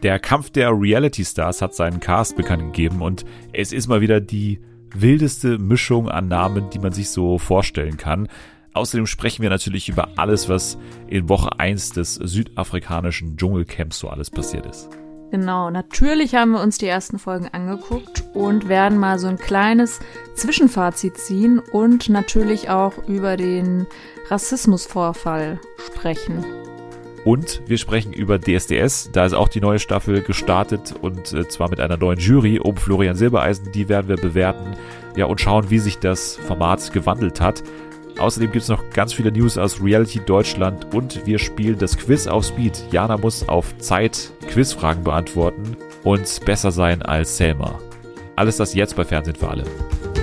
Der Kampf der Reality Stars hat seinen Cast bekannt gegeben und es ist mal wieder die wildeste Mischung an Namen, die man sich so vorstellen kann. Außerdem sprechen wir natürlich über alles, was in Woche 1 des südafrikanischen Dschungelcamps so alles passiert ist. Genau, natürlich haben wir uns die ersten Folgen angeguckt und werden mal so ein kleines Zwischenfazit ziehen und natürlich auch über den Rassismusvorfall sprechen. Und wir sprechen über DSDS, da ist auch die neue Staffel gestartet und zwar mit einer neuen Jury um Florian Silbereisen, die werden wir bewerten, ja, und schauen, wie sich das Format gewandelt hat. Außerdem gibt es noch ganz viele News aus Reality Deutschland und wir spielen das Quiz auf Speed. Jana muss auf Zeit Quizfragen beantworten und besser sein als Selma. Alles das jetzt bei Fernsehen für alle.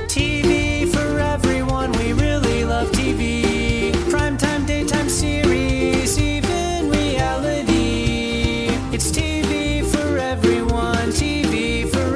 TV for everyone, we really love TV. Primetime, daytime series, even reality. It's TV for everyone, TV for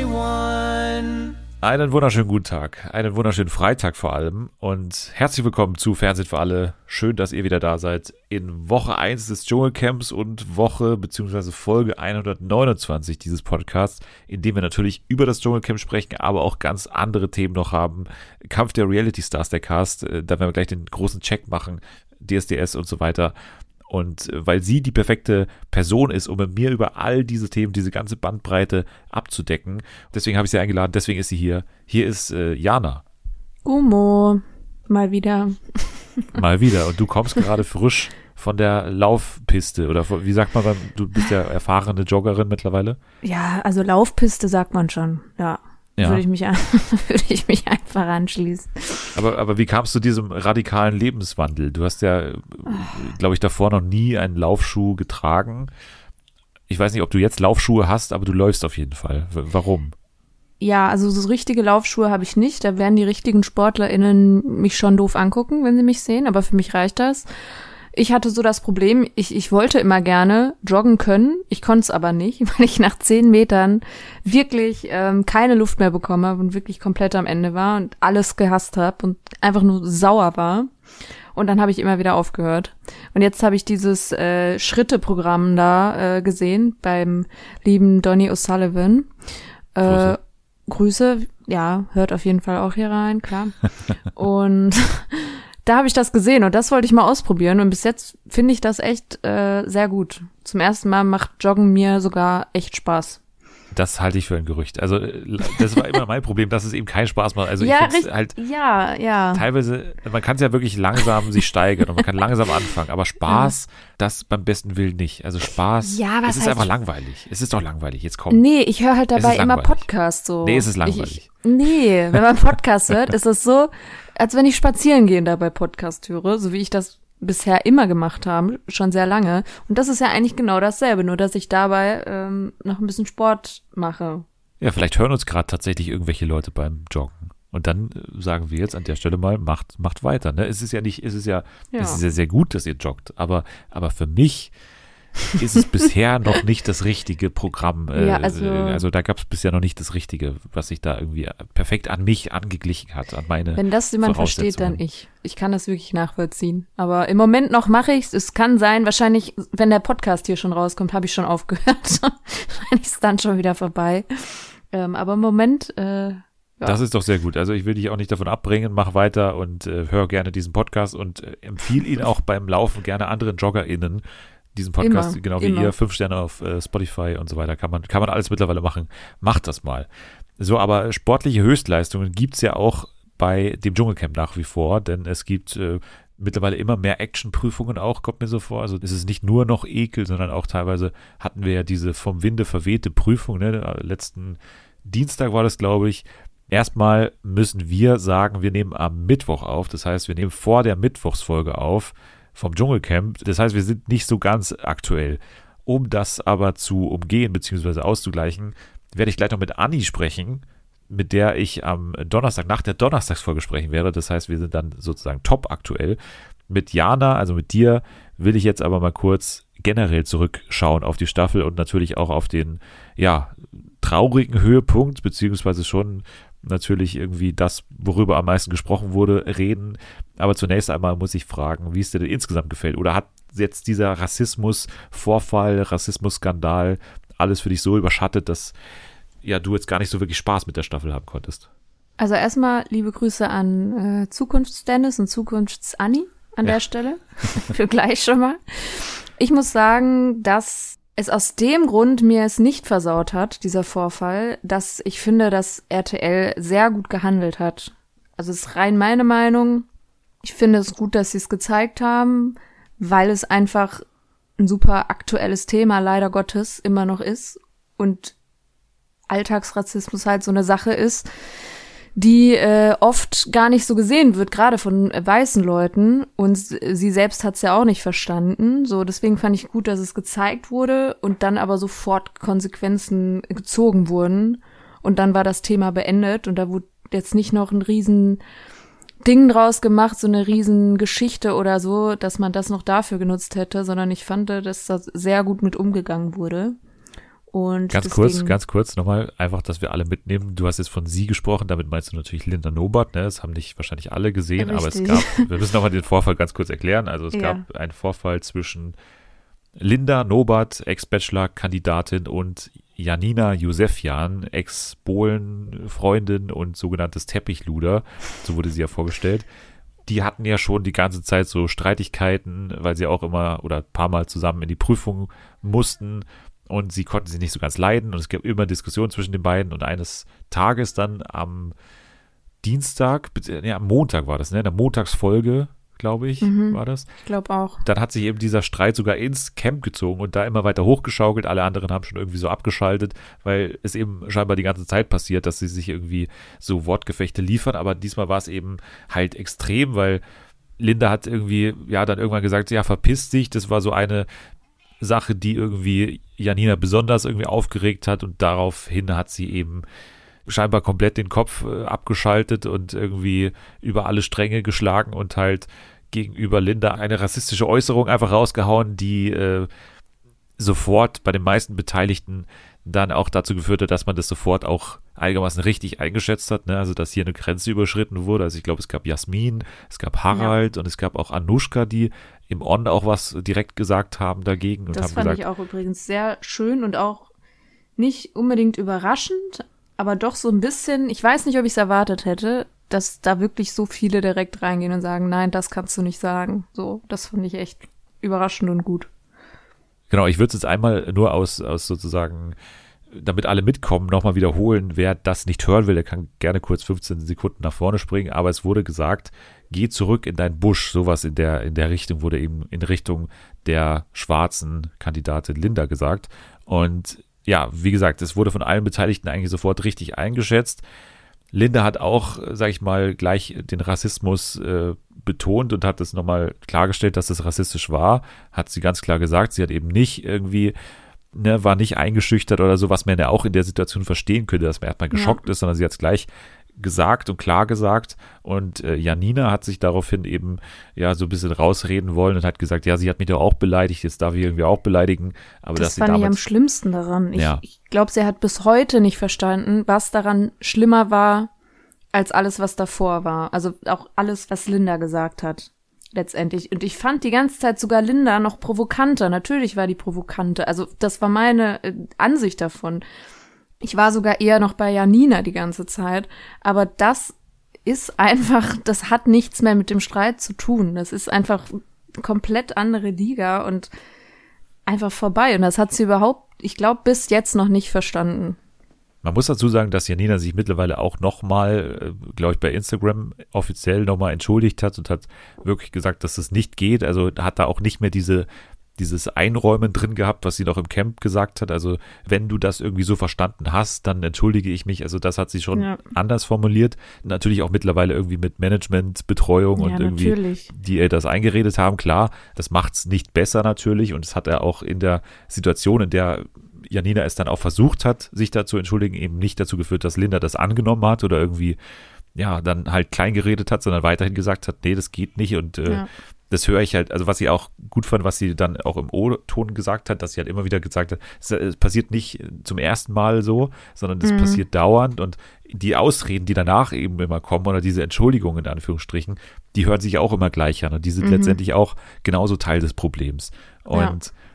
everyone. Einen wunderschönen guten Tag, einen wunderschönen Freitag vor allem und herzlich willkommen zu Fernsehen für alle. Schön, dass ihr wieder da seid in Woche 1 des Dschungelcamps und Woche bzw. Folge 129 dieses Podcasts, in dem wir natürlich über das Dschungelcamp sprechen, aber auch ganz andere Themen noch haben. Kampf der Reality Stars, der Cast, da werden wir gleich den großen Check machen, DSDS und so weiter. Und weil sie die perfekte Person ist, um mit mir über all diese Themen, diese ganze Bandbreite abzudecken. Deswegen habe ich sie eingeladen, deswegen ist sie hier. Hier ist Jana. Gummo, mal wieder. Mal wieder. Und du kommst gerade frisch von der Laufpiste. Oder wie sagt man dann, du bist ja erfahrene Joggerin mittlerweile? Ja, also Laufpiste sagt man schon, ja. Ja. Würde ich mich einfach anschließen. Aber wie kamst du zu diesem radikalen Lebenswandel? Du hast ja, glaube ich, davor noch nie einen Laufschuh getragen. Ich weiß nicht, ob du jetzt Laufschuhe hast, aber du läufst auf jeden Fall. Warum? Ja, also so richtige Laufschuhe habe ich nicht. Da werden die richtigen SportlerInnen mich schon doof angucken, wenn sie mich sehen. Aber für mich reicht das. Ich hatte so das Problem, ich wollte immer gerne joggen können, ich konnte es aber nicht, weil ich nach 10 Metern wirklich keine Luft mehr bekommen habe und wirklich komplett am Ende war und alles gehasst habe und einfach nur sauer war. Und dann habe ich immer wieder aufgehört. Und jetzt habe ich dieses Schritte-Programm da gesehen beim lieben Donny O'Sullivan. Grüße, ja, hört auf jeden Fall auch hier rein, klar. Und da habe ich das gesehen und das wollte ich mal ausprobieren und bis jetzt finde ich das echt sehr gut. Zum ersten Mal macht Joggen mir sogar echt Spaß. Das halte ich für ein Gerücht. Also das war immer mein Problem, dass es eben keinen Spaß macht. Also ja, ich finde halt ja. Teilweise, man kann es ja wirklich langsam sich steigern und man kann langsam anfangen, aber Spaß, das beim besten Willen nicht. Also Spaß, ja, es ist einfach langweilig. Es ist doch langweilig, jetzt komm. Nee, ich höre halt dabei immer Podcast so. Nee, es ist langweilig. Nee, wenn man Podcast hört, ist das so, als wenn ich spazieren gehe und dabei Podcast höre, so wie ich das bisher immer gemacht habe, schon sehr lange. Und das ist ja eigentlich genau dasselbe, nur dass ich dabei noch ein bisschen Sport mache. Ja, vielleicht hören uns gerade tatsächlich irgendwelche Leute beim Joggen. Und dann sagen wir jetzt an der Stelle mal, macht weiter. Ne? Es ist ja sehr gut, dass ihr joggt. Aber für mich ist es bisher noch nicht das richtige Programm. Also da gab es bisher noch nicht das Richtige, was sich da irgendwie perfekt an mich angeglichen hat, an meine Wenn das jemand versteht, dann ich. Ich kann das wirklich nachvollziehen. Aber im Moment noch mache ich's. Es kann sein, wahrscheinlich, wenn der Podcast hier schon rauskommt, habe ich schon aufgehört. Wahrscheinlich ist dann schon wieder vorbei. Aber im Moment, ja. Das ist doch sehr gut. Also ich will dich auch nicht davon abbringen, mach weiter und hör gerne diesen Podcast und empfiehl ihn auch beim Laufen gerne anderen JoggerInnen, diesen Podcast, immer, genau wie ihr, 5 Sterne auf Spotify und so weiter, kann man alles mittlerweile machen. Macht das mal. So, aber sportliche Höchstleistungen gibt's ja auch bei dem Dschungelcamp nach wie vor, denn es gibt mittlerweile immer mehr Actionprüfungen auch, kommt mir so vor. Also es ist nicht nur noch Ekel, sondern auch teilweise hatten wir ja diese vom Winde verwehte Prüfung, ne? Letzten Dienstag war das, glaube ich. Erstmal müssen wir sagen, wir nehmen am Mittwoch auf, das heißt, wir nehmen vor der Mittwochsfolge auf, vom Dschungelcamp. Das heißt, wir sind nicht so ganz aktuell. Um das aber zu umgehen bzw. auszugleichen, werde ich gleich noch mit Anni sprechen, mit der ich am Donnerstag, nach der Donnerstagsfolge sprechen werde. Das heißt, wir sind dann sozusagen top aktuell. Mit Jana, also mit dir, will ich jetzt aber mal kurz generell zurückschauen auf die Staffel und natürlich auch auf den, ja, traurigen Höhepunkt, beziehungsweise schon natürlich irgendwie das, worüber am meisten gesprochen wurde, reden. Aber zunächst einmal muss ich fragen, wie es dir denn insgesamt gefällt. Oder hat jetzt dieser Rassismusvorfall, Rassismusskandal alles für dich so überschattet, dass ja du jetzt gar nicht so wirklich Spaß mit der Staffel haben konntest? Also erstmal liebe Grüße an Zukunfts-Dennis und Zukunfts-Anni an der Stelle. Für gleich schon mal. Ich muss sagen, dass es aus dem Grund mir es nicht versaut hat, dieser Vorfall, dass ich finde, dass RTL sehr gut gehandelt hat. Also es ist rein meine Meinung. Ich finde es gut, dass sie es gezeigt haben, weil es einfach ein super aktuelles Thema leider Gottes immer noch ist und Alltagsrassismus halt so eine Sache ist, die oft gar nicht so gesehen wird, gerade von weißen Leuten. Und sie selbst hat es ja auch nicht verstanden. So, deswegen fand ich gut, dass es gezeigt wurde und dann aber sofort Konsequenzen gezogen wurden. Und dann war das Thema beendet und da wurde jetzt nicht noch ein riesen Ding draus gemacht, so eine riesen Geschichte oder so, dass man das noch dafür genutzt hätte, sondern ich fand, dass da sehr gut mit umgegangen wurde. Und ganz kurz nochmal, einfach, dass wir alle mitnehmen. Du hast jetzt von sie gesprochen, damit meinst du natürlich Linda Norbert, ne? Das haben nicht wahrscheinlich alle gesehen, Richtig. aber es gab, wir müssen nochmal den Vorfall ganz kurz erklären. Also es gab einen Vorfall zwischen Linda Norbert, Ex-Bachelor-Kandidatin, und Janina Josefian, Ex-Bohlen-Freundin und sogenanntes Teppichluder, so wurde sie ja vorgestellt. Die hatten ja schon die ganze Zeit so Streitigkeiten, weil sie auch immer oder ein paar Mal zusammen in die Prüfung mussten. Und sie konnten sich nicht so ganz leiden und es gab immer Diskussionen zwischen den beiden und eines Tages dann am am Montag war das, ne? In der Montagsfolge, glaube ich, war das. Ich glaube auch. Dann hat sich eben dieser Streit sogar ins Camp gezogen und da immer weiter hochgeschaukelt. Alle anderen haben schon irgendwie so abgeschaltet, weil es eben scheinbar die ganze Zeit passiert, dass sie sich irgendwie so Wortgefechte liefern. Aber diesmal war es eben halt extrem, weil Linda hat irgendwie, ja, dann irgendwann gesagt, ja, verpiss dich. Das war so eine Sache, die irgendwie Janina besonders irgendwie aufgeregt hat und daraufhin hat sie eben scheinbar komplett den Kopf abgeschaltet und irgendwie über alle Stränge geschlagen und halt gegenüber Linda eine rassistische Äußerung einfach rausgehauen, die sofort bei den meisten Beteiligten dann auch dazu geführt hat, dass man das sofort auch einigermaßen richtig eingeschätzt hat, ne? Also dass hier eine Grenze überschritten wurde. Also ich glaube, es gab Jasmin, es gab Harald und es gab auch Anushka, die im On auch was direkt gesagt haben dagegen. Und das haben fand gesagt, ich auch übrigens sehr schön und auch nicht unbedingt überraschend, aber doch so ein bisschen, ich weiß nicht, ob ich es erwartet hätte, dass da wirklich so viele direkt reingehen und sagen, nein, das kannst du nicht sagen. So, das fand ich echt überraschend und gut. Genau, ich würde es jetzt einmal nur aus sozusagen, damit alle mitkommen, nochmal wiederholen. Wer das nicht hören will, der kann gerne kurz 15 Sekunden nach vorne springen. Aber es wurde gesagt, geh zurück in dein Busch. Sowas in der Richtung wurde eben in Richtung der schwarzen Kandidatin Linda gesagt. Und ja, wie gesagt, es wurde von allen Beteiligten eigentlich sofort richtig eingeschätzt. Linda hat auch, sag ich mal, gleich den Rassismus betont und hat es nochmal klargestellt, dass das rassistisch war. Hat sie ganz klar gesagt. Sie hat eben nicht irgendwie, ne, war nicht eingeschüchtert oder so, was man ja auch in der Situation verstehen könnte, dass man erstmal geschockt ist, sondern sie hat es gleich gesagt und klar gesagt. Und Janina hat sich daraufhin eben ja so ein bisschen rausreden wollen und hat gesagt, ja, sie hat mich doch auch beleidigt, jetzt darf ich irgendwie auch beleidigen. Aber das fand ich am schlimmsten daran. Ja. Ich glaube, sie hat bis heute nicht verstanden, was daran schlimmer war als alles, was davor war. Also auch alles, was Linda gesagt hat, letztendlich. Und ich fand die ganze Zeit sogar Linda noch provokanter. Natürlich war die provokante. Also das war meine Ansicht davon. Ich war sogar eher noch bei Janina die ganze Zeit. Aber das ist einfach, das hat nichts mehr mit dem Streit zu tun. Das ist einfach komplett andere Liga und einfach vorbei. Und das hat sie überhaupt, ich glaube, bis jetzt noch nicht verstanden. Man muss dazu sagen, dass Janina sich mittlerweile auch nochmal, glaube ich, bei Instagram offiziell nochmal entschuldigt hat und hat wirklich gesagt, dass es nicht geht. Also hat da auch nicht mehr dieses Einräumen drin gehabt, was sie noch im Camp gesagt hat. Also wenn du das irgendwie so verstanden hast, dann entschuldige ich mich. Also das hat sie schon anders formuliert. Natürlich auch mittlerweile irgendwie mit Management, Betreuung und irgendwie, natürlich, die ihr das eingeredet haben. Klar, das macht es nicht besser natürlich und es hat er auch in der Situation, in der Janina es dann auch versucht hat, sich da zu entschuldigen, eben nicht dazu geführt, dass Linda das angenommen hat oder irgendwie, ja, dann halt klein geredet hat, sondern weiterhin gesagt hat, nee, das geht nicht und das höre ich halt, also was ich auch gut fand, was sie dann auch im O-Ton gesagt hat, dass sie halt immer wieder gesagt hat, es passiert nicht zum ersten Mal so, sondern das passiert dauernd und die Ausreden, die danach eben immer kommen oder diese Entschuldigungen in Anführungsstrichen, die hören sich auch immer gleich an und die sind letztendlich auch genauso Teil des Problems und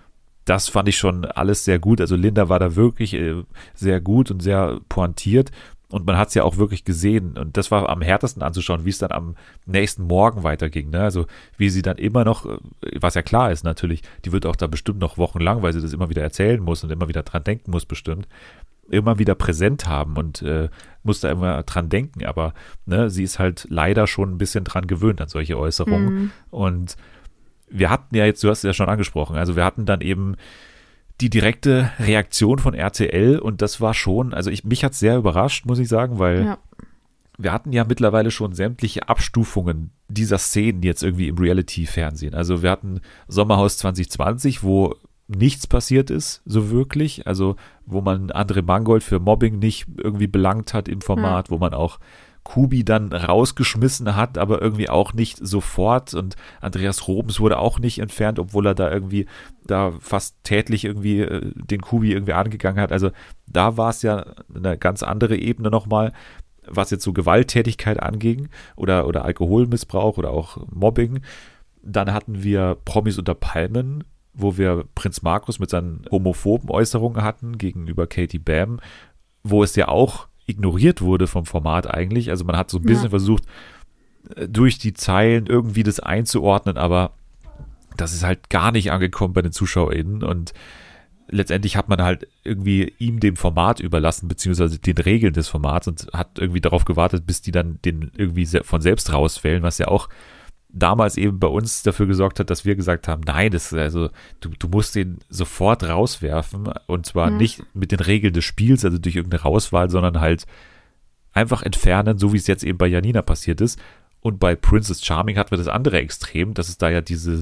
das fand ich schon alles sehr gut. Also Linda war da wirklich sehr gut und sehr pointiert. Und man hat es ja auch wirklich gesehen. Und das war am härtesten anzuschauen, wie es dann am nächsten Morgen weiterging. Ne? Also wie sie dann immer noch, was ja klar ist natürlich, die wird auch da bestimmt noch wochenlang, weil sie das immer wieder erzählen muss und immer wieder dran denken muss bestimmt, immer wieder präsent haben und muss da immer dran denken. Aber ne, sie ist halt leider schon ein bisschen dran gewöhnt an solche Äußerungen. Und wir hatten ja jetzt, du hast es ja schon angesprochen, also wir hatten dann eben die direkte Reaktion von RTL und das war schon, also mich hat es sehr überrascht, muss ich sagen, weil wir hatten ja mittlerweile schon sämtliche Abstufungen dieser Szenen jetzt irgendwie im Reality-Fernsehen. Also wir hatten Sommerhaus 2020, wo nichts passiert ist, so wirklich, also wo man André Mangold für Mobbing nicht irgendwie belangt hat im Format, wo man auch Kubi dann rausgeschmissen hat, aber irgendwie auch nicht sofort und Andreas Robens wurde auch nicht entfernt, obwohl er da irgendwie da fast tätlich irgendwie den Kubi irgendwie angegangen hat. Also da war es ja eine ganz andere Ebene nochmal, was jetzt so Gewalttätigkeit anging oder Alkoholmissbrauch oder auch Mobbing. Dann hatten wir Promis unter Palmen, wo wir Prinz Markus mit seinen homophoben Äußerungen hatten gegenüber Katie Bam, wo es ja auch ignoriert wurde vom Format eigentlich. Also man hat so ein bisschen versucht, durch die Zeilen irgendwie das einzuordnen, aber das ist halt gar nicht angekommen bei den ZuschauerInnen und letztendlich hat man halt irgendwie ihm dem Format überlassen, beziehungsweise den Regeln des Formats und hat irgendwie darauf gewartet, bis die dann den irgendwie von selbst rausfällen, was ja auch damals eben bei uns dafür gesorgt hat, dass wir gesagt haben, nein, das ist also, du musst den sofort rauswerfen und zwar nicht mit den Regeln des Spiels, also durch irgendeine Rauswahl, sondern halt einfach entfernen, so wie es jetzt eben bei Janina passiert ist. Und bei Princess Charming hatten wir das andere Extrem, dass es da ja diese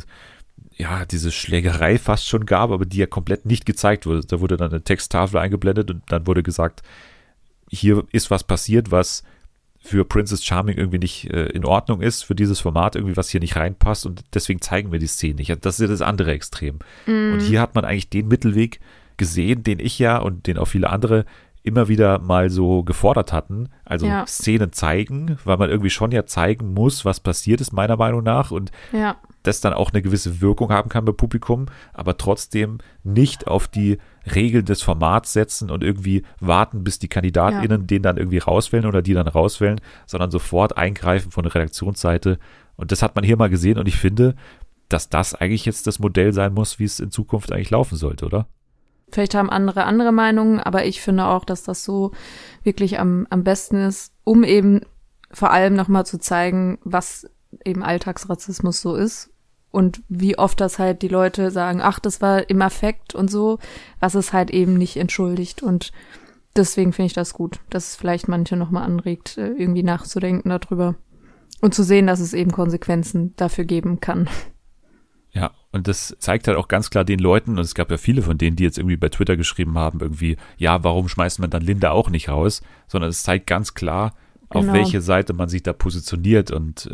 Schlägerei fast schon gab, aber die ja komplett nicht gezeigt wurde. Da wurde dann eine Texttafel eingeblendet und dann wurde gesagt, hier ist was passiert, was für Princess Charming irgendwie nicht in Ordnung ist, für dieses Format irgendwie, was hier nicht reinpasst und deswegen zeigen wir die Szene nicht. Das ist ja das andere Extrem. Und hier hat man eigentlich den Mittelweg gesehen, den ich ja und den auch viele andere immer wieder mal so gefordert hatten. Also Szenen zeigen, weil man irgendwie schon ja zeigen muss, was passiert ist, meiner Meinung nach und das dann auch eine gewisse Wirkung haben kann beim Publikum, aber trotzdem nicht auf die Regeln des Formats setzen und irgendwie warten, bis die KandidatInnen den dann irgendwie rauswählen oder die dann rauswählen, sondern sofort eingreifen von der Redaktionsseite. Und das hat man hier mal gesehen und ich finde, dass das eigentlich jetzt das Modell sein muss, wie es in Zukunft eigentlich laufen sollte, oder? Vielleicht haben andere Meinungen, aber ich finde auch, dass das so wirklich am besten ist, um eben vor allem nochmal zu zeigen, was eben Alltagsrassismus so ist. Und wie oft das halt die Leute sagen, ach, das war im Affekt und so, was es halt eben nicht entschuldigt. Und deswegen finde ich das gut, dass es vielleicht manche nochmal anregt, irgendwie nachzudenken darüber. Und zu sehen, dass es eben Konsequenzen dafür geben kann. Ja, und das zeigt halt auch ganz klar den Leuten, und es gab ja viele von denen, die jetzt irgendwie bei Twitter geschrieben haben, irgendwie, ja, warum schmeißt man dann Linda auch nicht raus? Sondern es zeigt ganz klar, auf welche Seite man sich da positioniert und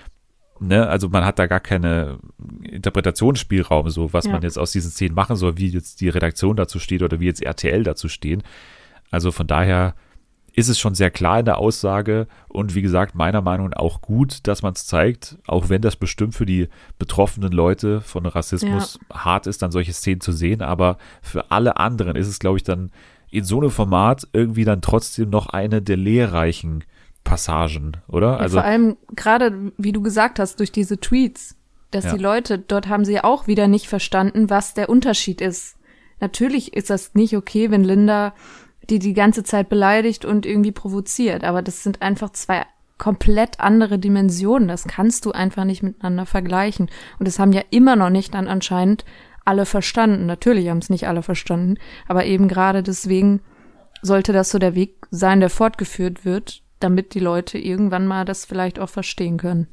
also man hat da gar keine Interpretationsspielraum, so was man jetzt aus diesen Szenen machen soll, wie jetzt die Redaktion dazu steht oder wie jetzt RTL dazu stehen. Also von daher ist es schon sehr klar in der Aussage und wie gesagt, meiner Meinung nach auch gut, dass man es zeigt, auch wenn das bestimmt für die betroffenen Leute von Rassismus hart ist, dann solche Szenen zu sehen, aber für alle anderen ist es, glaube ich, dann in so einem Format irgendwie dann trotzdem noch eine der lehrreichen Passagen, oder? Also vor allem gerade, wie du gesagt hast, durch diese Tweets, dass die Leute, dort haben sie ja auch wieder nicht verstanden, was der Unterschied ist. Natürlich ist das nicht okay, wenn Linda die ganze Zeit beleidigt und irgendwie provoziert, aber das sind einfach zwei komplett andere Dimensionen. Das kannst du einfach nicht miteinander vergleichen. Und das haben ja immer noch nicht dann anscheinend alle verstanden. Natürlich haben es nicht alle verstanden, aber eben gerade deswegen sollte das so der Weg sein, der fortgeführt wird, damit die Leute irgendwann mal das vielleicht auch verstehen können.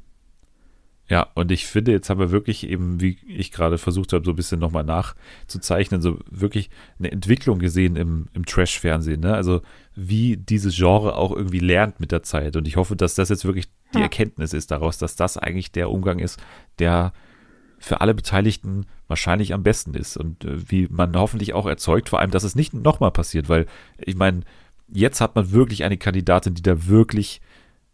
Ja, und ich finde, jetzt haben wir wirklich eben, wie ich gerade versucht habe, so ein bisschen nochmal nachzuzeichnen, so wirklich eine Entwicklung gesehen im Trash-Fernsehen, ne? Also wie dieses Genre auch irgendwie lernt mit der Zeit. Und ich hoffe, dass das jetzt wirklich die Erkenntnis ist daraus, dass das eigentlich der Umgang ist, der für alle Beteiligten wahrscheinlich am besten ist. Und wie man hoffentlich auch erzeugt, vor allem, dass es nicht nochmal passiert, weil ich meine, jetzt hat man wirklich eine Kandidatin, die da wirklich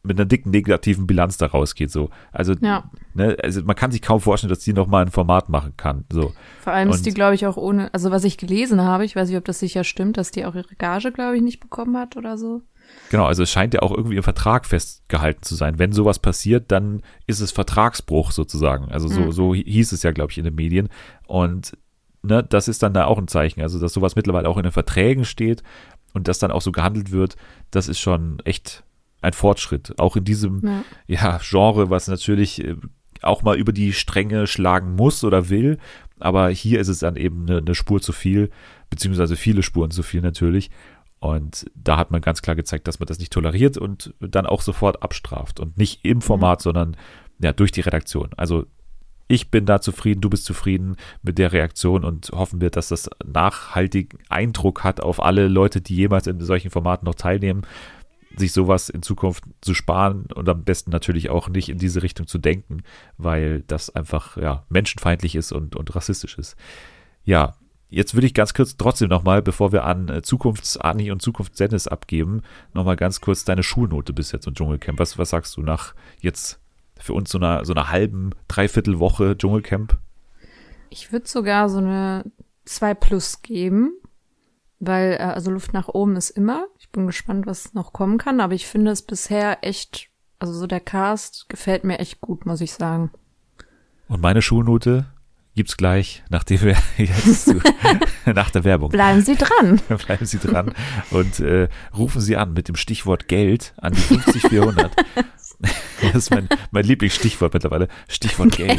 mit einer dicken negativen Bilanz da rausgeht. So. Also, Ja. ne, also man kann sich kaum vorstellen, dass die nochmal ein Format machen kann. So. Vor allem Und- ist die, glaube ich, auch ohne, also was ich gelesen habe, ich weiß nicht, ob das sicher stimmt, dass die auch ihre Gage, glaube ich, nicht bekommen hat oder so. Genau, also es scheint ja auch irgendwie im Vertrag festgehalten zu sein. Wenn sowas passiert, dann ist es Vertragsbruch sozusagen. Also so hieß es ja, glaube ich, in den Medien. Und ne, das ist dann da auch ein Zeichen. Also, dass sowas mittlerweile auch in den Verträgen steht und das dann auch so gehandelt wird, das ist schon echt ein Fortschritt. Auch in diesem Genre, was natürlich auch mal über die Stränge schlagen muss oder will. Aber hier ist es dann eben eine Spur zu viel, beziehungsweise viele Spuren zu viel natürlich. Und da hat man ganz klar gezeigt, dass man das nicht toleriert und dann auch sofort abstraft. Und nicht im Format, sondern ja, durch die Redaktion. Also ich bin da zufrieden, du bist zufrieden mit der Reaktion und hoffen wir, dass das nachhaltigen Eindruck hat auf alle Leute, die jemals in solchen Formaten noch teilnehmen, sich sowas in Zukunft zu sparen und am besten natürlich auch nicht in diese Richtung zu denken, weil das einfach ja menschenfeindlich ist und rassistisch ist. Ja, jetzt würde ich ganz kurz trotzdem nochmal, bevor wir an Zukunfts-Anni und Zukunfts-Dennis abgeben, nochmal ganz kurz deine Schulnote bis jetzt im Dschungelcamp. Was sagst du nach jetzt für uns so einer halben, dreiviertel Woche Dschungelcamp? Ich würde sogar so eine 2+ geben, weil also Luft nach oben ist immer. Ich bin gespannt, was noch kommen kann, aber ich finde es bisher echt, also so der Cast gefällt mir echt gut, muss ich sagen. Und meine Schulnote gibt's gleich, nachdem wir jetzt nach der Werbung. Bleiben Sie dran. Bleiben Sie dran und rufen Sie an mit dem Stichwort Geld an die 50400. Das ist mein Lieblingsstichwort mittlerweile. Stichwort Geld.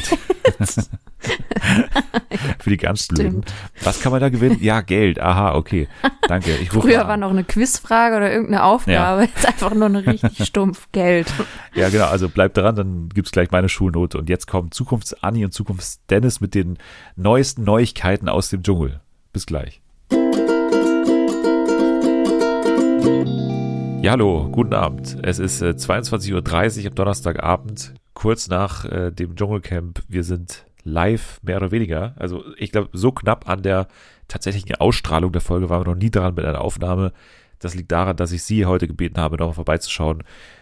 Für die ganz Blöden. Was kann man da gewinnen? Ja, Geld. Aha, okay. Danke. Ich rufe Früher an. war noch eine Quizfrage oder irgendeine Aufgabe, jetzt einfach nur eine richtig stumpf Geld. Ja, genau. Also bleibt dran, dann gibt's gleich meine Schulnote. Und jetzt kommt Zukunfts-Anni und Zukunfts-Dennis mit den neuesten Neuigkeiten aus dem Dschungel. Bis gleich. Ja, hallo, guten Abend. Es ist 22:30 Uhr am Donnerstagabend, kurz nach dem Dschungelcamp. Wir sind live, mehr oder weniger. Also ich glaube, so knapp an der tatsächlichen Ausstrahlung der Folge waren wir noch nie dran mit einer Aufnahme. Das liegt daran, dass ich Sie heute gebeten habe, noch mal vorbeizuschauen,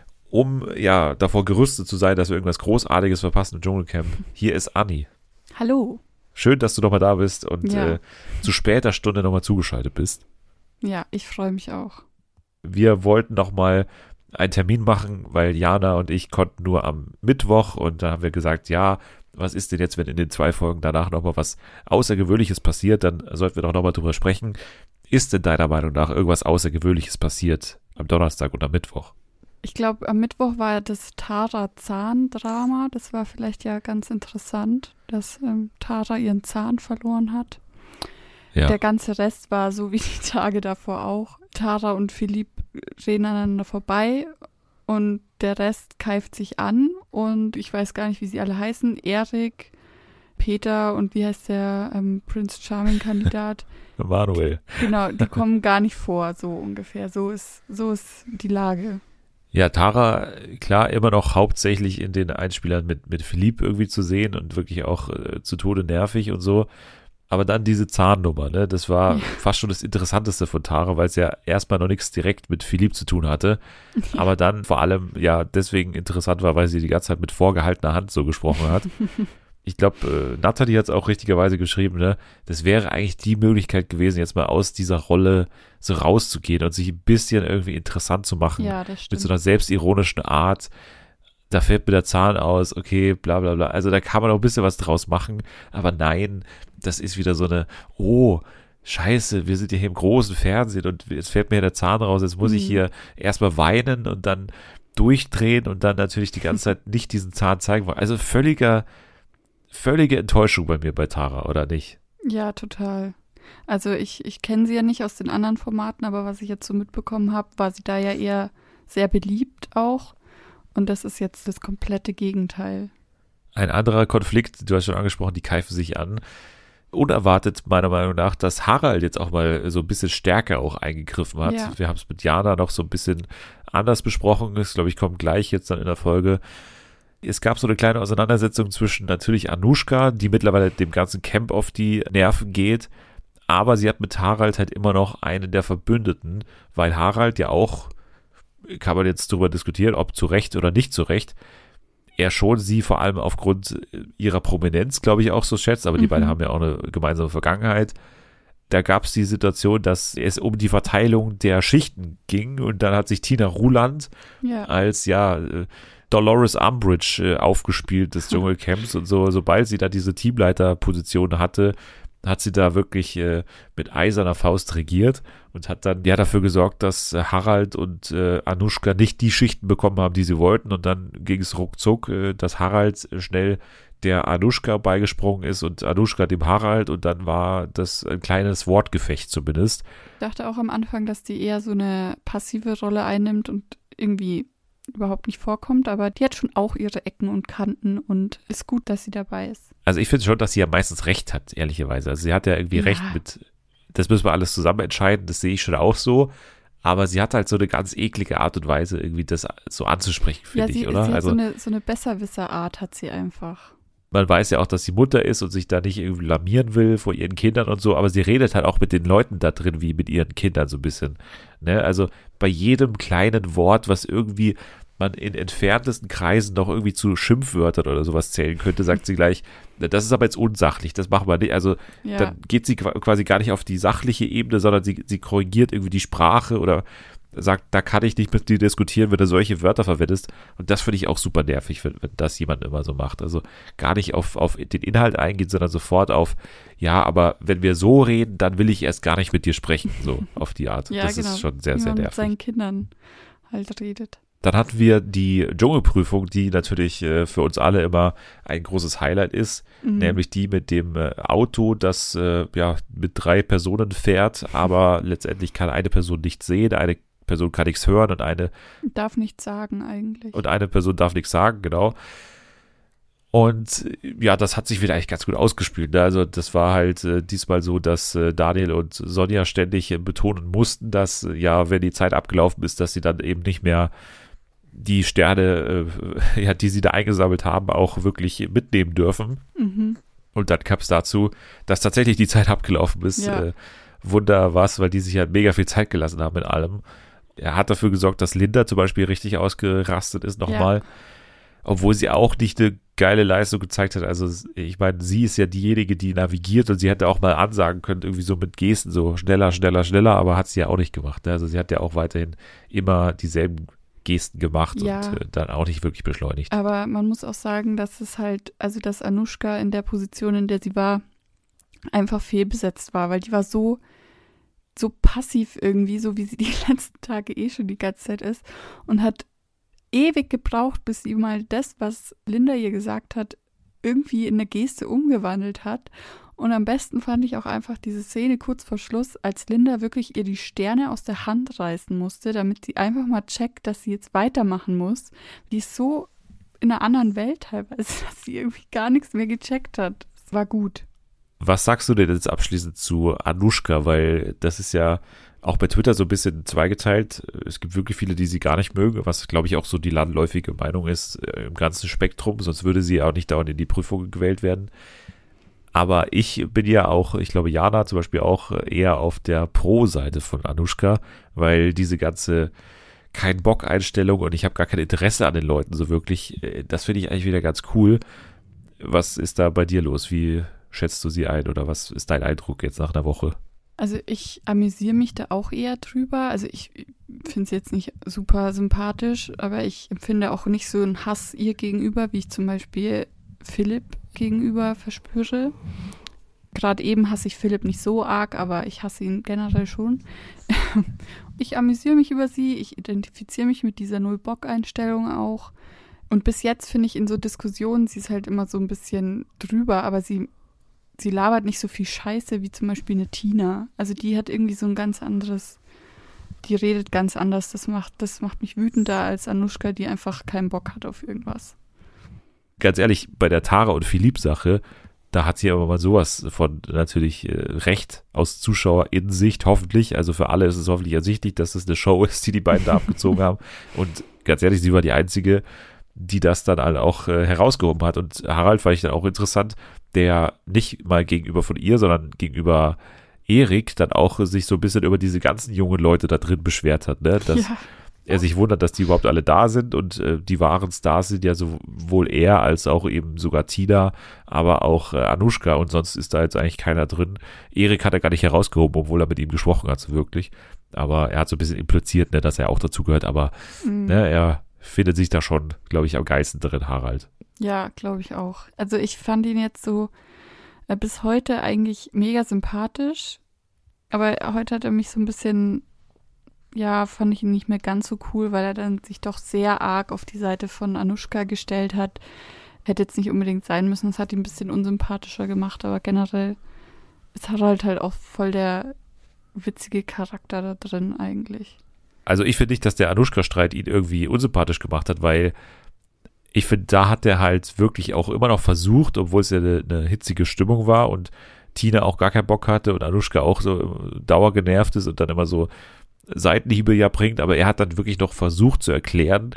um ja davor gerüstet zu sein, dass wir irgendwas Großartiges verpassen im Dschungelcamp. Hier ist Anni. Hallo. Schön, dass du noch mal da bist und Ja. zu später Stunde noch mal zugeschaltet bist. Ja, ich freue mich auch. Wir wollten noch mal einen Termin machen, weil Jana und ich konnten nur am Mittwoch und da haben wir gesagt, ja, was ist denn jetzt, wenn in den 2 Folgen danach noch mal was Außergewöhnliches passiert, dann sollten wir doch noch mal drüber sprechen. Ist denn deiner Meinung nach irgendwas Außergewöhnliches passiert am Donnerstag und am Mittwoch? Ich glaube, am Mittwoch war ja das Tara-Zahn-Drama. Das war vielleicht ja ganz interessant, dass Tara ihren Zahn verloren hat. Ja. Der ganze Rest war so wie die Tage davor auch. Tara und Philipp reden aneinander vorbei und der Rest keift sich an und ich weiß gar nicht, wie sie alle heißen. Erik, Peter und wie heißt der Prince Charming-Kandidat? Manuel. Genau, die kommen gar nicht vor, so ungefähr. So ist die Lage. Ja, Tara, klar, immer noch hauptsächlich in den Einspielern mit Philipp irgendwie zu sehen und wirklich auch zu Tode nervig und so. Aber dann diese Zahnnummer, ne, das war fast schon das Interessanteste von Tara, weil es ja erstmal noch nichts direkt mit Philipp zu tun hatte. Aber dann vor allem ja deswegen interessant war, weil sie die ganze Zeit mit vorgehaltener Hand so gesprochen hat. Ich glaube, Natalie hat es auch richtigerweise geschrieben, ne, das wäre eigentlich die Möglichkeit gewesen, jetzt mal aus dieser Rolle so rauszugehen und sich ein bisschen irgendwie interessant zu machen. Ja, das Mit stimmt. so einer selbstironischen Art. Da fällt mir der Zahn aus, okay, bla bla bla. Also da kann man auch ein bisschen was draus machen. Aber nein, das ist wieder so eine, oh, scheiße, wir sind ja hier im großen Fernsehen und jetzt fällt mir der Zahn raus, jetzt muss ich hier erstmal weinen und dann durchdrehen und dann natürlich die ganze Zeit nicht diesen Zahn zeigen. Also völlige Enttäuschung bei mir bei Tara, oder nicht? Ja, total. Also ich kenne sie ja nicht aus den anderen Formaten, aber was ich jetzt so mitbekommen habe, war sie da ja eher sehr beliebt auch. Und das ist jetzt das komplette Gegenteil. Ein anderer Konflikt, du hast schon angesprochen, die keifen sich an. Unerwartet meiner Meinung nach, dass Harald jetzt auch mal so ein bisschen stärker auch eingegriffen hat. Ja. Wir haben es mit Jana noch so ein bisschen anders besprochen. Das, glaube ich, kommt gleich jetzt dann in der Folge. Es gab so eine kleine Auseinandersetzung zwischen natürlich Anushka, die mittlerweile dem ganzen Camp auf die Nerven geht, aber sie hat mit Harald halt immer noch einen der Verbündeten, weil Harald ja auch kann man jetzt darüber diskutieren, ob zu Recht oder nicht zu Recht, er schon sie vor allem aufgrund ihrer Prominenz, glaube ich, auch so schätzt, aber die beiden haben ja auch eine gemeinsame Vergangenheit. Da gab es die Situation, dass es um die Verteilung der Schichten ging und dann hat sich Tina Ruland als Dolores Umbridge aufgespielt des Dschungelcamps und so, sobald sie da diese Teamleiterposition hatte, hat sie da wirklich mit eiserner Faust regiert und hat dann dafür gesorgt, dass Harald und Anushka nicht die Schichten bekommen haben, die sie wollten, und dann ging es ruckzuck, dass Harald schnell der Anushka beigesprungen ist und Anushka dem Harald, und dann war das ein kleines Wortgefecht zumindest. Ich dachte auch am Anfang, dass die eher so eine passive Rolle einnimmt und irgendwie überhaupt nicht vorkommt, aber die hat schon auch ihre Ecken und Kanten und ist gut, dass sie dabei ist. Also ich finde schon, dass sie ja meistens recht hat, ehrlicherweise. Also sie hat ja irgendwie recht mit, das müssen wir alles zusammen entscheiden, das sehe ich schon auch so, aber sie hat halt so eine ganz eklige Art und Weise, irgendwie das so anzusprechen, finde ich, oder? Sie hat also so eine Besserwisser-Art hat sie einfach. Man weiß ja auch, dass sie Mutter ist und sich da nicht irgendwie blamieren will vor ihren Kindern und so, aber sie redet halt auch mit den Leuten da drin wie mit ihren Kindern so ein bisschen. Ne? Also bei jedem kleinen Wort, was irgendwie man in entferntesten Kreisen noch irgendwie zu Schimpfwörtern oder sowas zählen könnte, sagt sie gleich, das ist aber jetzt unsachlich, das machen wir nicht. Also dann geht sie quasi gar nicht auf die sachliche Ebene, sondern sie korrigiert irgendwie die Sprache oder sagt, da kann ich nicht mit dir diskutieren, wenn du solche Wörter verwendest. Und das finde ich auch super nervig, wenn das jemand immer so macht. Also gar nicht auf den Inhalt eingehen, sondern sofort auf, ja, aber wenn wir so reden, dann will ich erst gar nicht mit dir sprechen, so auf die Art. Ja, das ist schon sehr, sehr nervig. Mit nervig. seinen Kindern halt redet. Dann hatten wir die Dschungelprüfung, die natürlich für uns alle immer ein großes Highlight ist, nämlich die mit dem Auto, das mit 3 Personen fährt, aber letztendlich kann eine Person nichts sehen, eine Person kann nichts hören und eine darf nichts sagen eigentlich. Und eine Person darf nichts sagen, genau. Und ja, das hat sich wieder eigentlich ganz gut ausgespielt. Ne? Also das war halt diesmal so, dass Daniel und Sonja ständig betonen mussten, dass wenn die Zeit abgelaufen ist, dass sie dann eben nicht mehr die Sterne, die sie da eingesammelt haben, auch wirklich mitnehmen dürfen. Und dann kam es dazu, dass tatsächlich die Zeit abgelaufen ist. Ja. Wunder was, weil die sich halt mega viel Zeit gelassen haben in allem. Er hat dafür gesorgt, dass Linda zum Beispiel richtig ausgerastet ist nochmal. Ja. Obwohl sie auch nicht eine geile Leistung gezeigt hat. Also ich meine, sie ist ja diejenige, die navigiert und sie hätte auch mal ansagen können, irgendwie so mit Gesten, so schneller, schneller, schneller, aber hat sie ja auch nicht gemacht. Ne? Also sie hat ja auch weiterhin immer dieselben Gesten gemacht und dann auch nicht wirklich beschleunigt. Aber man muss auch sagen, dass es halt, also dass Anushka in der Position, in der sie war, einfach fehlbesetzt war, weil die war so passiv irgendwie, so wie sie die letzten Tage schon die ganze Zeit ist und hat ewig gebraucht, bis sie mal das, was Linda ihr gesagt hat, irgendwie in eine Geste umgewandelt hat. Und am besten fand ich auch einfach diese Szene kurz vor Schluss, als Linda wirklich ihr die Sterne aus der Hand reißen musste, damit sie einfach mal checkt, dass sie jetzt weitermachen muss. Die ist so in einer anderen Welt teilweise, dass sie irgendwie gar nichts mehr gecheckt hat. Es war gut. Was sagst du denn jetzt abschließend zu Anushka? Weil das ist ja auch bei Twitter so ein bisschen zweigeteilt. Es gibt wirklich viele, die sie gar nicht mögen, was, glaube ich, auch so die landläufige Meinung ist im ganzen Spektrum. Sonst würde sie auch nicht dauernd in die Prüfung gewählt werden. Aber ich bin ja auch, ich glaube, Jana zum Beispiel auch eher auf der Pro-Seite von Anushka, weil diese ganze Kein-Bock-Einstellung und ich habe gar kein Interesse an den Leuten so wirklich, das finde ich eigentlich wieder ganz cool. Was ist da bei dir los? Wie schätzt du sie ein oder was ist dein Eindruck jetzt nach einer Woche? Also ich amüsiere mich da auch eher drüber. Also ich finde es jetzt nicht super sympathisch, aber ich empfinde auch nicht so einen Hass ihr gegenüber, wie ich zum Beispiel Philipp gegenüber verspüre. Gerade eben hasse ich Philipp nicht so arg, aber ich hasse ihn generell schon. Ich amüsiere mich über sie, ich identifiziere mich mit dieser Null-Bock-Einstellung auch. Und bis jetzt finde ich in so Diskussionen, sie ist halt immer so ein bisschen drüber, aber sie labert nicht so viel Scheiße wie zum Beispiel eine Tina. Also die hat irgendwie so ein ganz anderes, die redet ganz anders. Das macht mich wütender als Anushka, die einfach keinen Bock hat auf irgendwas. Ganz ehrlich, bei der Tara und Philipp-Sache, da hat sie aber mal sowas von natürlich recht aus ZuschauerInnen-Sicht, hoffentlich. Also für alle ist es hoffentlich ersichtlich, dass es eine Show ist, die beiden da abgezogen haben. Und ganz ehrlich, sie war die Einzige, die das dann halt auch herausgehoben hat. Und Harald fand ich dann auch interessant, der nicht mal gegenüber von ihr, sondern gegenüber Erik dann auch sich so ein bisschen über diese ganzen jungen Leute da drin beschwert hat, ne? Dass er sich wundert, dass die überhaupt alle da sind und die wahren Stars sind ja sowohl er als auch eben sogar Tina, aber auch Anushka und sonst ist da jetzt eigentlich keiner drin. Erik hat er gar nicht herausgehoben, obwohl er mit ihm gesprochen hat, so wirklich. Aber er hat so ein bisschen impliziert, ne, dass er auch dazugehört, aber ne, er findet sich da schon, glaube ich, am geilsten drin, Harald. Ja, glaube ich auch. Also ich fand ihn jetzt so bis heute eigentlich mega sympathisch, aber heute hat er mich so ein bisschen, ja, fand ich ihn nicht mehr ganz so cool, weil er dann sich doch sehr arg auf die Seite von Anushka gestellt hat. Hätte jetzt nicht unbedingt sein müssen, das hat ihn ein bisschen unsympathischer gemacht, aber generell ist Harald halt auch voll der witzige Charakter da drin eigentlich. Also ich finde nicht, dass der Anushka-Streit ihn irgendwie unsympathisch gemacht hat, weil ich finde, da hat er halt wirklich auch immer noch versucht, obwohl es ja eine hitzige Stimmung war und Tina auch gar keinen Bock hatte und Anushka auch so dauergenervt ist und dann immer so Seitenhiebe ja bringt, aber er hat dann wirklich noch versucht zu erklären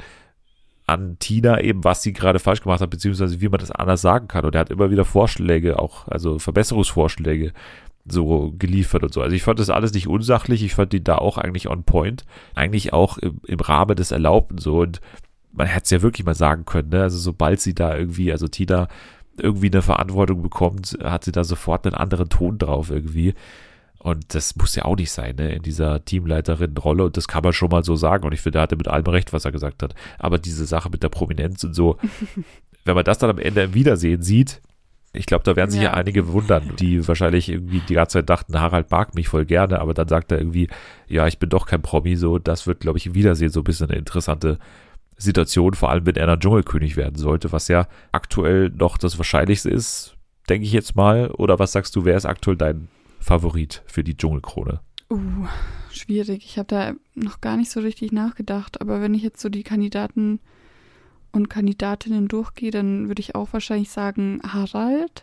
an Tina eben, was sie gerade falsch gemacht hat, beziehungsweise wie man das anders sagen kann und er hat immer wieder Vorschläge auch, also Verbesserungsvorschläge so geliefert und so. Also ich fand das alles nicht unsachlich, ich fand ihn da auch eigentlich on point, eigentlich auch im Rahmen des Erlaubten so und man hätte es ja wirklich mal sagen können, ne? Also sobald sie da irgendwie, also Tina irgendwie eine Verantwortung bekommt, hat sie da sofort einen anderen Ton drauf irgendwie. Und das muss ja auch nicht sein, ne? In dieser Teamleiterin-Rolle. Und das kann man schon mal so sagen. Und ich finde, er hatte mit allem recht, was er gesagt hat. Aber diese Sache mit der Prominenz und so, wenn man das dann am Ende im Wiedersehen sieht, ich glaube, da werden sich ja einige wundern, die wahrscheinlich irgendwie die ganze Zeit dachten, Harald mag mich voll gerne, aber dann sagt er irgendwie, ja, ich bin doch kein Promi, so, das wird, glaube ich, im Wiedersehen so ein bisschen eine interessante Situation, vor allem wenn er dann Dschungelkönig werden sollte, was ja aktuell noch das Wahrscheinlichste ist, denke ich jetzt mal. Oder was sagst du, wer ist aktuell dein Favorit für die Dschungelkrone? Schwierig. Ich habe da noch gar nicht so richtig nachgedacht, aber wenn ich jetzt so die Kandidaten und Kandidatinnen durchgehe, dann würde ich auch wahrscheinlich sagen Harald.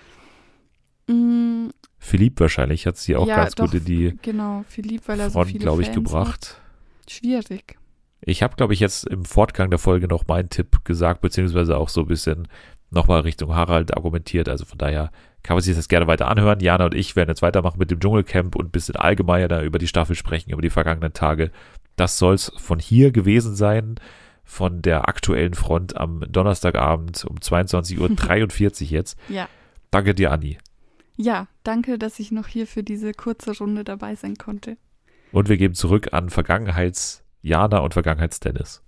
Philipp wahrscheinlich hat sie auch ganz doch, gut in die genau, Philipp, weil er Front, so viele glaube ich, Fans gebracht. Hat. Schwierig. Ich habe, glaube ich, jetzt im Fortgang der Folge noch meinen Tipp gesagt, beziehungsweise auch so ein bisschen nochmal Richtung Harald argumentiert. Also von daher kann man sich das gerne weiter anhören. Jana und ich werden jetzt weitermachen mit dem Dschungelcamp und ein bisschen allgemeiner über die Staffel sprechen, über die vergangenen Tage. Das soll es von hier gewesen sein, von der aktuellen Front am Donnerstagabend um 22:43 Uhr jetzt. Ja. Danke dir, Anni. Ja, danke, dass ich noch hier für diese kurze Runde dabei sein konnte. Und wir geben zurück an Vergangenheits-Jana und Vergangenheits-Dennis.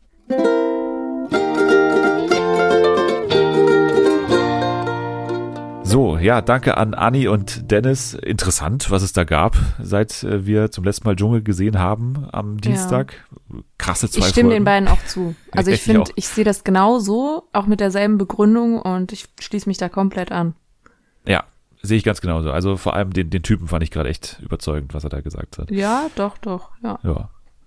So, ja, danke an Anni und Dennis. Interessant, was es da gab, seit wir zum letzten Mal Dschungel gesehen haben am Dienstag. Krasse 2 Folgen. Ich stimme den beiden auch zu. Also ich finde, auch. ich sehe das genauso, auch mit derselben Begründung und ich schließe mich da komplett an. Ja, sehe ich ganz genauso. Also vor allem den Typen fand ich gerade echt überzeugend, was er da gesagt hat. Ja, doch, ja. Ja.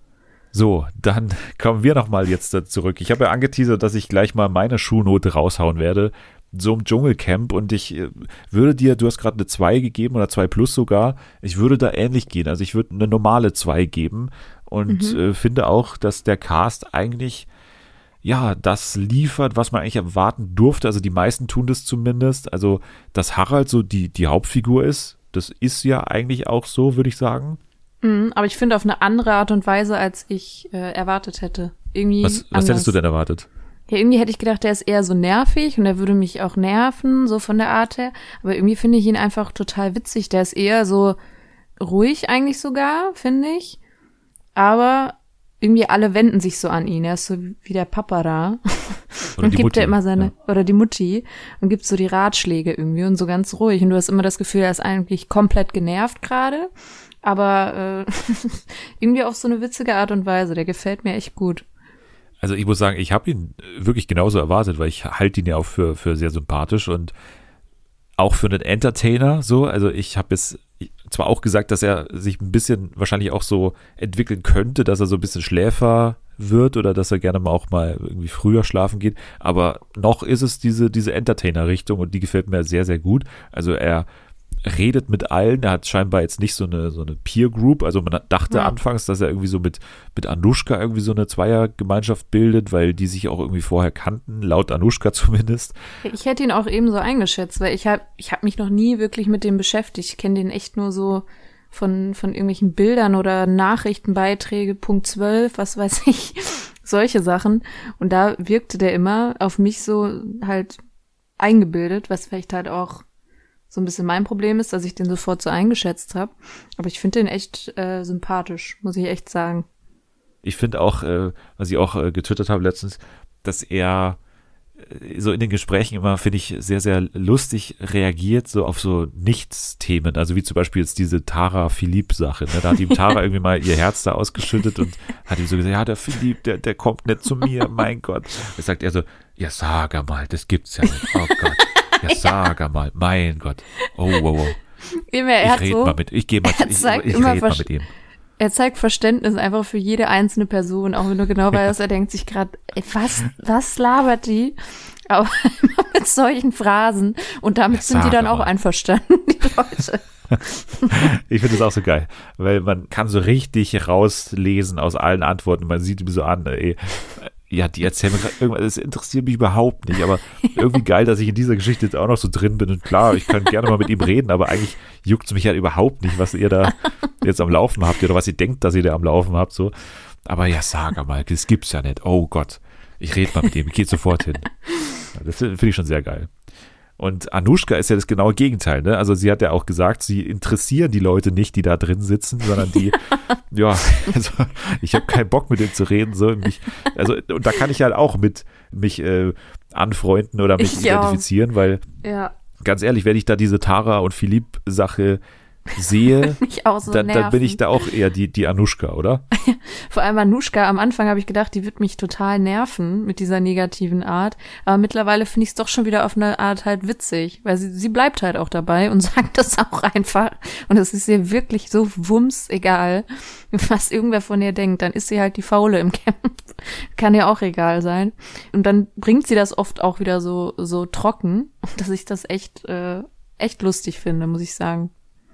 So, dann kommen wir nochmal jetzt da zurück. Ich habe ja angeteasert, dass ich gleich mal meine Schulnote raushauen werde, so im Dschungelcamp und ich würde dir, du hast gerade eine 2 gegeben oder 2+ sogar, ich würde da ähnlich gehen. Also ich würde eine normale 2 geben und finde auch, dass der Cast eigentlich ja, das liefert, was man eigentlich erwarten durfte. Also die meisten tun das zumindest. Also, dass Harald so die Hauptfigur ist, das ist ja eigentlich auch so, würde ich sagen. Aber ich finde auf eine andere Art und Weise, als ich erwartet hätte. Irgendwie was hättest du denn erwartet? Ja, irgendwie hätte ich gedacht, der ist eher so nervig und er würde mich auch nerven, so von der Art her. Aber irgendwie finde ich ihn einfach total witzig. Der ist eher so ruhig eigentlich sogar, finde ich. Aber irgendwie alle wenden sich so an ihn. Er ist so wie der Papa da. Oder und die gibt Mutti, er immer seine, ja. oder die Mutti, und gibt so die Ratschläge irgendwie und so ganz ruhig. Und du hast immer das Gefühl, er ist eigentlich komplett genervt gerade. Aber irgendwie auf so eine witzige Art und Weise. Der gefällt mir echt gut. Also ich muss sagen, ich habe ihn wirklich genauso erwartet, weil ich halte ihn ja auch für sehr sympathisch und auch für einen Entertainer so. Also ich habe jetzt zwar auch gesagt, dass er sich ein bisschen wahrscheinlich auch so entwickeln könnte, dass er so ein bisschen Schläfer wird oder dass er gerne mal auch mal irgendwie früher schlafen geht, aber noch ist es diese Entertainer-Richtung und die gefällt mir sehr, sehr gut. Also er redet mit allen, er hat scheinbar jetzt nicht so eine Peer Group, also man dachte anfangs, dass er irgendwie so mit Anushka irgendwie so eine Zweiergemeinschaft bildet, weil die sich auch irgendwie vorher kannten, laut Anushka zumindest. Ich hätte ihn auch eben so eingeschätzt, weil ich hab mich noch nie wirklich mit dem beschäftigt. Ich kenne den echt nur so von irgendwelchen Bildern oder Nachrichtenbeiträge, Punkt 12, was weiß ich, solche Sachen. Und da wirkte der immer auf mich so halt eingebildet, was vielleicht halt auch so ein bisschen mein Problem ist, dass ich den sofort so eingeschätzt habe. Aber ich finde den echt sympathisch, muss ich echt sagen. Ich finde auch, was ich auch getwittert habe letztens, dass er so in den Gesprächen immer, finde ich, sehr, sehr lustig reagiert, so auf so Nichts-Themen. Also wie zum Beispiel jetzt diese Tara-Philipp-Sache. Ne? Da hat ihm Tara irgendwie mal ihr Herz da ausgeschüttet und hat ihm so gesagt, ja, der Philipp, der kommt nicht zu mir, mein Gott. Da sagt er so, ja, sag mal, das gibt's ja nicht. Oh Gott. Ja, sag mal, mein Gott. Oh, wow, wow. Ich rede mal mit, ich rede mal mit ihm. Er zeigt Verständnis einfach für jede einzelne Person, auch wenn du genau weißt, er denkt sich gerade, was labert die? Aber immer mit solchen Phrasen. Und damit sind die dann auch einverstanden, die Leute. Ich finde das auch so geil, weil man kann so richtig rauslesen aus allen Antworten. Man sieht ihm so an, ey, ja, die erzählen mir gerade irgendwas, das interessiert mich überhaupt nicht, aber irgendwie geil, dass ich in dieser Geschichte jetzt auch noch so drin bin und klar, ich kann gerne mal mit ihm reden, aber eigentlich juckt es mich halt überhaupt nicht, was ihr da jetzt am Laufen habt oder was ihr denkt, dass ihr da am Laufen habt, so. Aber ja, sag mal, das gibt's ja nicht. Oh Gott, ich rede mal mit ihm, ich gehe sofort hin. Das finde ich schon sehr geil. Und Anushka ist ja das genaue Gegenteil, ne? Also sie hat ja auch gesagt, sie interessieren die Leute nicht, die da drin sitzen, sondern die, ja, also ich habe keinen Bock mit denen zu reden, so und da kann ich halt auch mit mich anfreunden oder mich identifizieren, weil ganz ehrlich, wenn ich da diese Tara und Philipp Sache sehe, so dann bin ich da auch eher die Anushka, oder? Vor allem Anushka, am Anfang habe ich gedacht, die wird mich total nerven mit dieser negativen Art, aber mittlerweile finde ich es doch schon wieder auf eine Art halt witzig, weil sie bleibt halt auch dabei und sagt das auch einfach und es ist ihr wirklich so wumms egal, was irgendwer von ihr denkt, dann ist sie halt die Faule im Camp, kann ja auch egal sein und dann bringt sie das oft auch wieder so trocken, dass ich das echt lustig finde, muss ich sagen.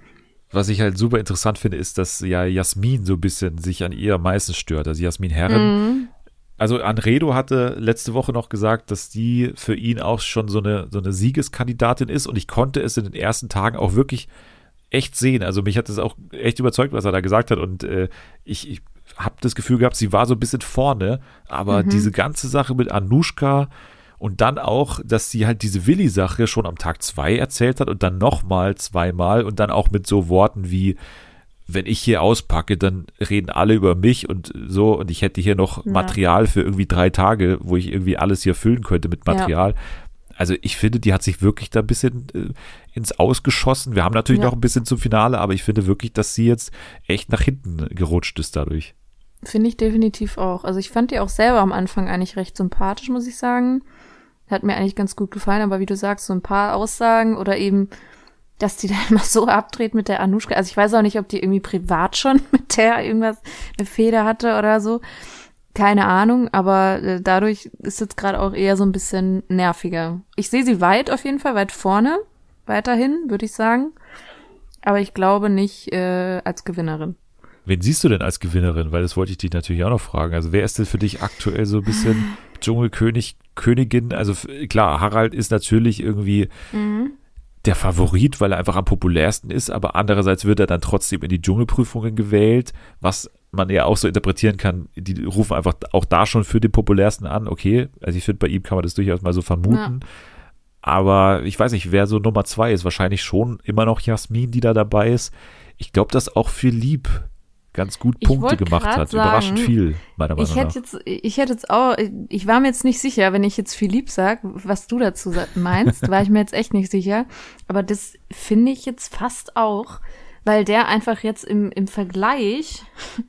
Was ich halt super interessant finde, ist, dass ja Jasmin so ein bisschen sich an ihr am meisten stört. Also Jasmin Herren. Also Anredo hatte letzte Woche noch gesagt, dass die für ihn auch schon so eine Siegeskandidatin ist und ich konnte es in den ersten Tagen auch wirklich echt sehen. Also mich hat es auch echt überzeugt, was er da gesagt hat und ich habe das Gefühl gehabt, sie war so ein bisschen vorne, aber diese ganze Sache mit Anushka und dann auch, dass sie halt diese Willi-Sache schon am Tag 2 erzählt hat und dann nochmal zweimal und dann auch mit so Worten wie, wenn ich hier auspacke, dann reden alle über mich und so und ich hätte hier noch Material für irgendwie 3 Tage, wo ich irgendwie alles hier füllen könnte mit Material. Ja. Also ich finde, die hat sich wirklich da ein bisschen ins Ausgeschossen. Wir haben natürlich noch ein bisschen zum Finale, aber ich finde wirklich, dass sie jetzt echt nach hinten gerutscht ist dadurch. Finde ich definitiv auch. Also ich fand die auch selber am Anfang eigentlich recht sympathisch, muss ich sagen. Hat mir eigentlich ganz gut gefallen, aber wie du sagst, so ein paar Aussagen oder eben, dass die da immer so abdreht mit der Anushka. Also ich weiß auch nicht, ob die irgendwie privat schon mit der irgendwas, eine Fehde hatte oder so. Keine Ahnung, aber dadurch ist jetzt gerade auch eher so ein bisschen nerviger. Ich sehe sie auf jeden Fall weit vorne, weiterhin, würde ich sagen. Aber ich glaube nicht als Gewinnerin. Wen siehst du denn als Gewinnerin? Weil das wollte ich dich natürlich auch noch fragen. Also wer ist denn für dich aktuell so ein bisschen Dschungelkönig, Königin? Also klar, Harald ist natürlich irgendwie der Favorit, weil er einfach am populärsten ist, aber andererseits wird er dann trotzdem in die Dschungelprüfungen gewählt, was man ja auch so interpretieren kann, die rufen einfach auch da schon für den populärsten an, okay, also ich finde, bei ihm kann man das durchaus mal so vermuten, aber ich weiß nicht, wer so Nummer 2 ist, wahrscheinlich schon immer noch Jasmin, die da dabei ist. Ich glaube, dass auch Philipp ganz gut Punkte gemacht hat. Sagen, überraschend viel, meiner Meinung nach. Ich hätte jetzt auch, ich war mir jetzt nicht sicher, wenn ich jetzt Philipp sag, was du dazu meinst, war ich mir jetzt echt nicht sicher. Aber das finde ich jetzt fast auch, weil der einfach jetzt im Vergleich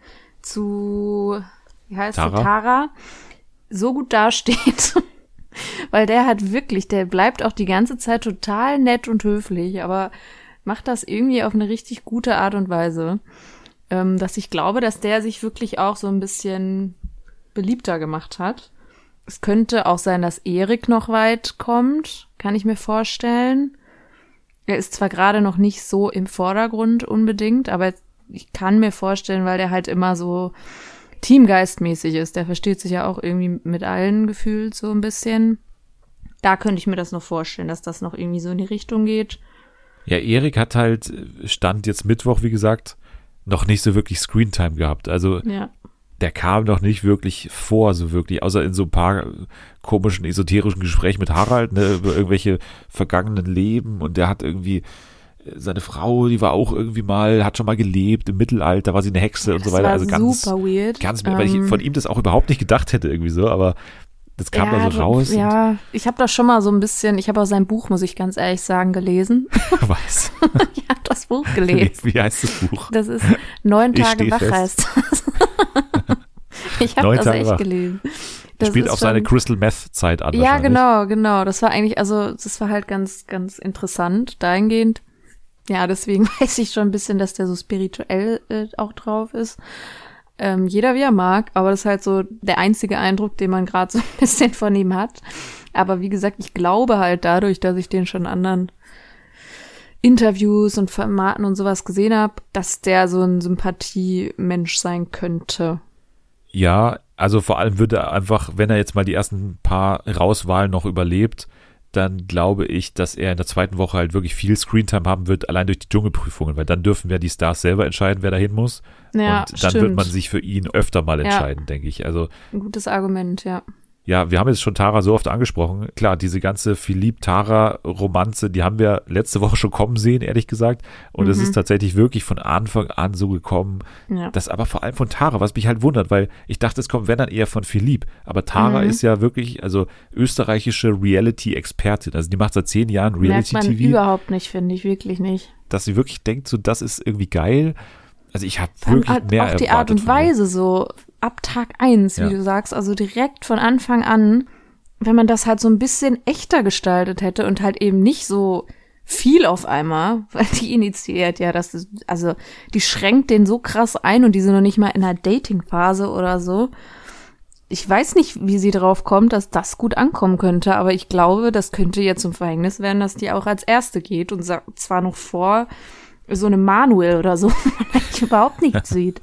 zu, wie heißt Tara, so gut dasteht. Weil der hat wirklich, der bleibt auch die ganze Zeit total nett und höflich, aber macht das irgendwie auf eine richtig gute Art und Weise. Dass ich glaube, dass der sich wirklich auch so ein bisschen beliebter gemacht hat. Es könnte auch sein, dass Erik noch weit kommt, kann ich mir vorstellen. Er ist zwar gerade noch nicht so im Vordergrund unbedingt, aber ich kann mir vorstellen, weil der halt immer so teamgeistmäßig ist. Der versteht sich ja auch irgendwie mit allen gefühlt so ein bisschen. Da könnte ich mir das noch vorstellen, dass das noch irgendwie so in die Richtung geht. Ja, Erik hat halt, Stand jetzt Mittwoch, wie gesagt, noch nicht so wirklich Screentime gehabt. Also Ja. der kam noch nicht wirklich vor, so wirklich, außer in so ein paar komischen, esoterischen Gesprächen mit Harald, ne, über irgendwelche vergangenen Leben, und der hat irgendwie seine Frau, die war auch irgendwie mal, hat schon mal gelebt im Mittelalter, war sie eine Hexe und so weiter. war Also ganz, super weird. ganz, weil ich von ihm das auch überhaupt nicht gedacht hätte irgendwie so, aber das kam da so raus. Ja, ich habe da schon mal so ein bisschen, ich habe auch sein Buch, muss ich ganz ehrlich sagen, gelesen. Und weiß. Ich habe das Buch gelesen. Wie heißt das Buch? Das ist 9 Ich Tage steh wach fest. heißt das. Ich habe 9 das Tage echt wach. gelesen. Das Spielt ist auf seine schon- Crystal Meth Zeit an. Ja, wahrscheinlich. genau. Das war eigentlich, also das war halt ganz, ganz interessant dahingehend. Ja, deswegen weiß ich schon ein bisschen, dass der so spirituell auch drauf ist. Jeder wie er mag, aber das ist halt so der einzige Eindruck, den man gerade so ein bisschen von ihm hat. Aber wie gesagt, ich glaube halt dadurch, dass ich den schon in anderen Interviews und Formaten und sowas gesehen habe, dass der so ein Sympathiemensch sein könnte. Ja, also vor allem würde er einfach, wenn er jetzt mal die ersten paar Rauswahlen noch überlebt, dann glaube ich, dass er in der zweiten Woche halt wirklich viel Screentime haben wird, allein durch die Dschungelprüfungen, weil dann dürfen ja die Stars selber entscheiden, wer dahin muss. Ja, und dann stimmt. wird man sich für ihn öfter mal Ja. entscheiden, denke ich. Also Ein gutes Argument, ja. ja, wir haben jetzt schon Tara so oft angesprochen. Klar, diese ganze Philipp-Tara-Romanze, die haben wir letzte Woche schon kommen sehen, ehrlich gesagt. Und es ist tatsächlich wirklich von Anfang an so gekommen. Ja. Das aber vor allem von Tara, was mich halt wundert, weil ich dachte, es kommt, wenn dann eher von Philipp. Aber Tara ist ja wirklich, also österreichische Reality-Expertin. Also die macht seit 10 Jahren Merkt man Reality-TV, überhaupt nicht, finde ich, wirklich nicht. dass sie wirklich denkt, so das ist irgendwie geil. Also ich habe Vor allem wirklich halt mehr auch die erwartet Art und von ihr. Weise so ab Tag 1, Ja. wie du sagst, also direkt von Anfang an, wenn man das halt so ein bisschen echter gestaltet hätte und halt eben nicht so viel auf einmal, weil die initiiert ja, also die schränkt den so krass ein und die sind noch nicht mal in einer Dating-Phase oder so. Ich weiß nicht, wie sie drauf kommt, dass das gut ankommen könnte, aber ich glaube, das könnte ihr zum Verhängnis werden, dass die auch als Erste geht und zwar noch vor so einem Manuel oder so, wo man eigentlich überhaupt nichts sieht.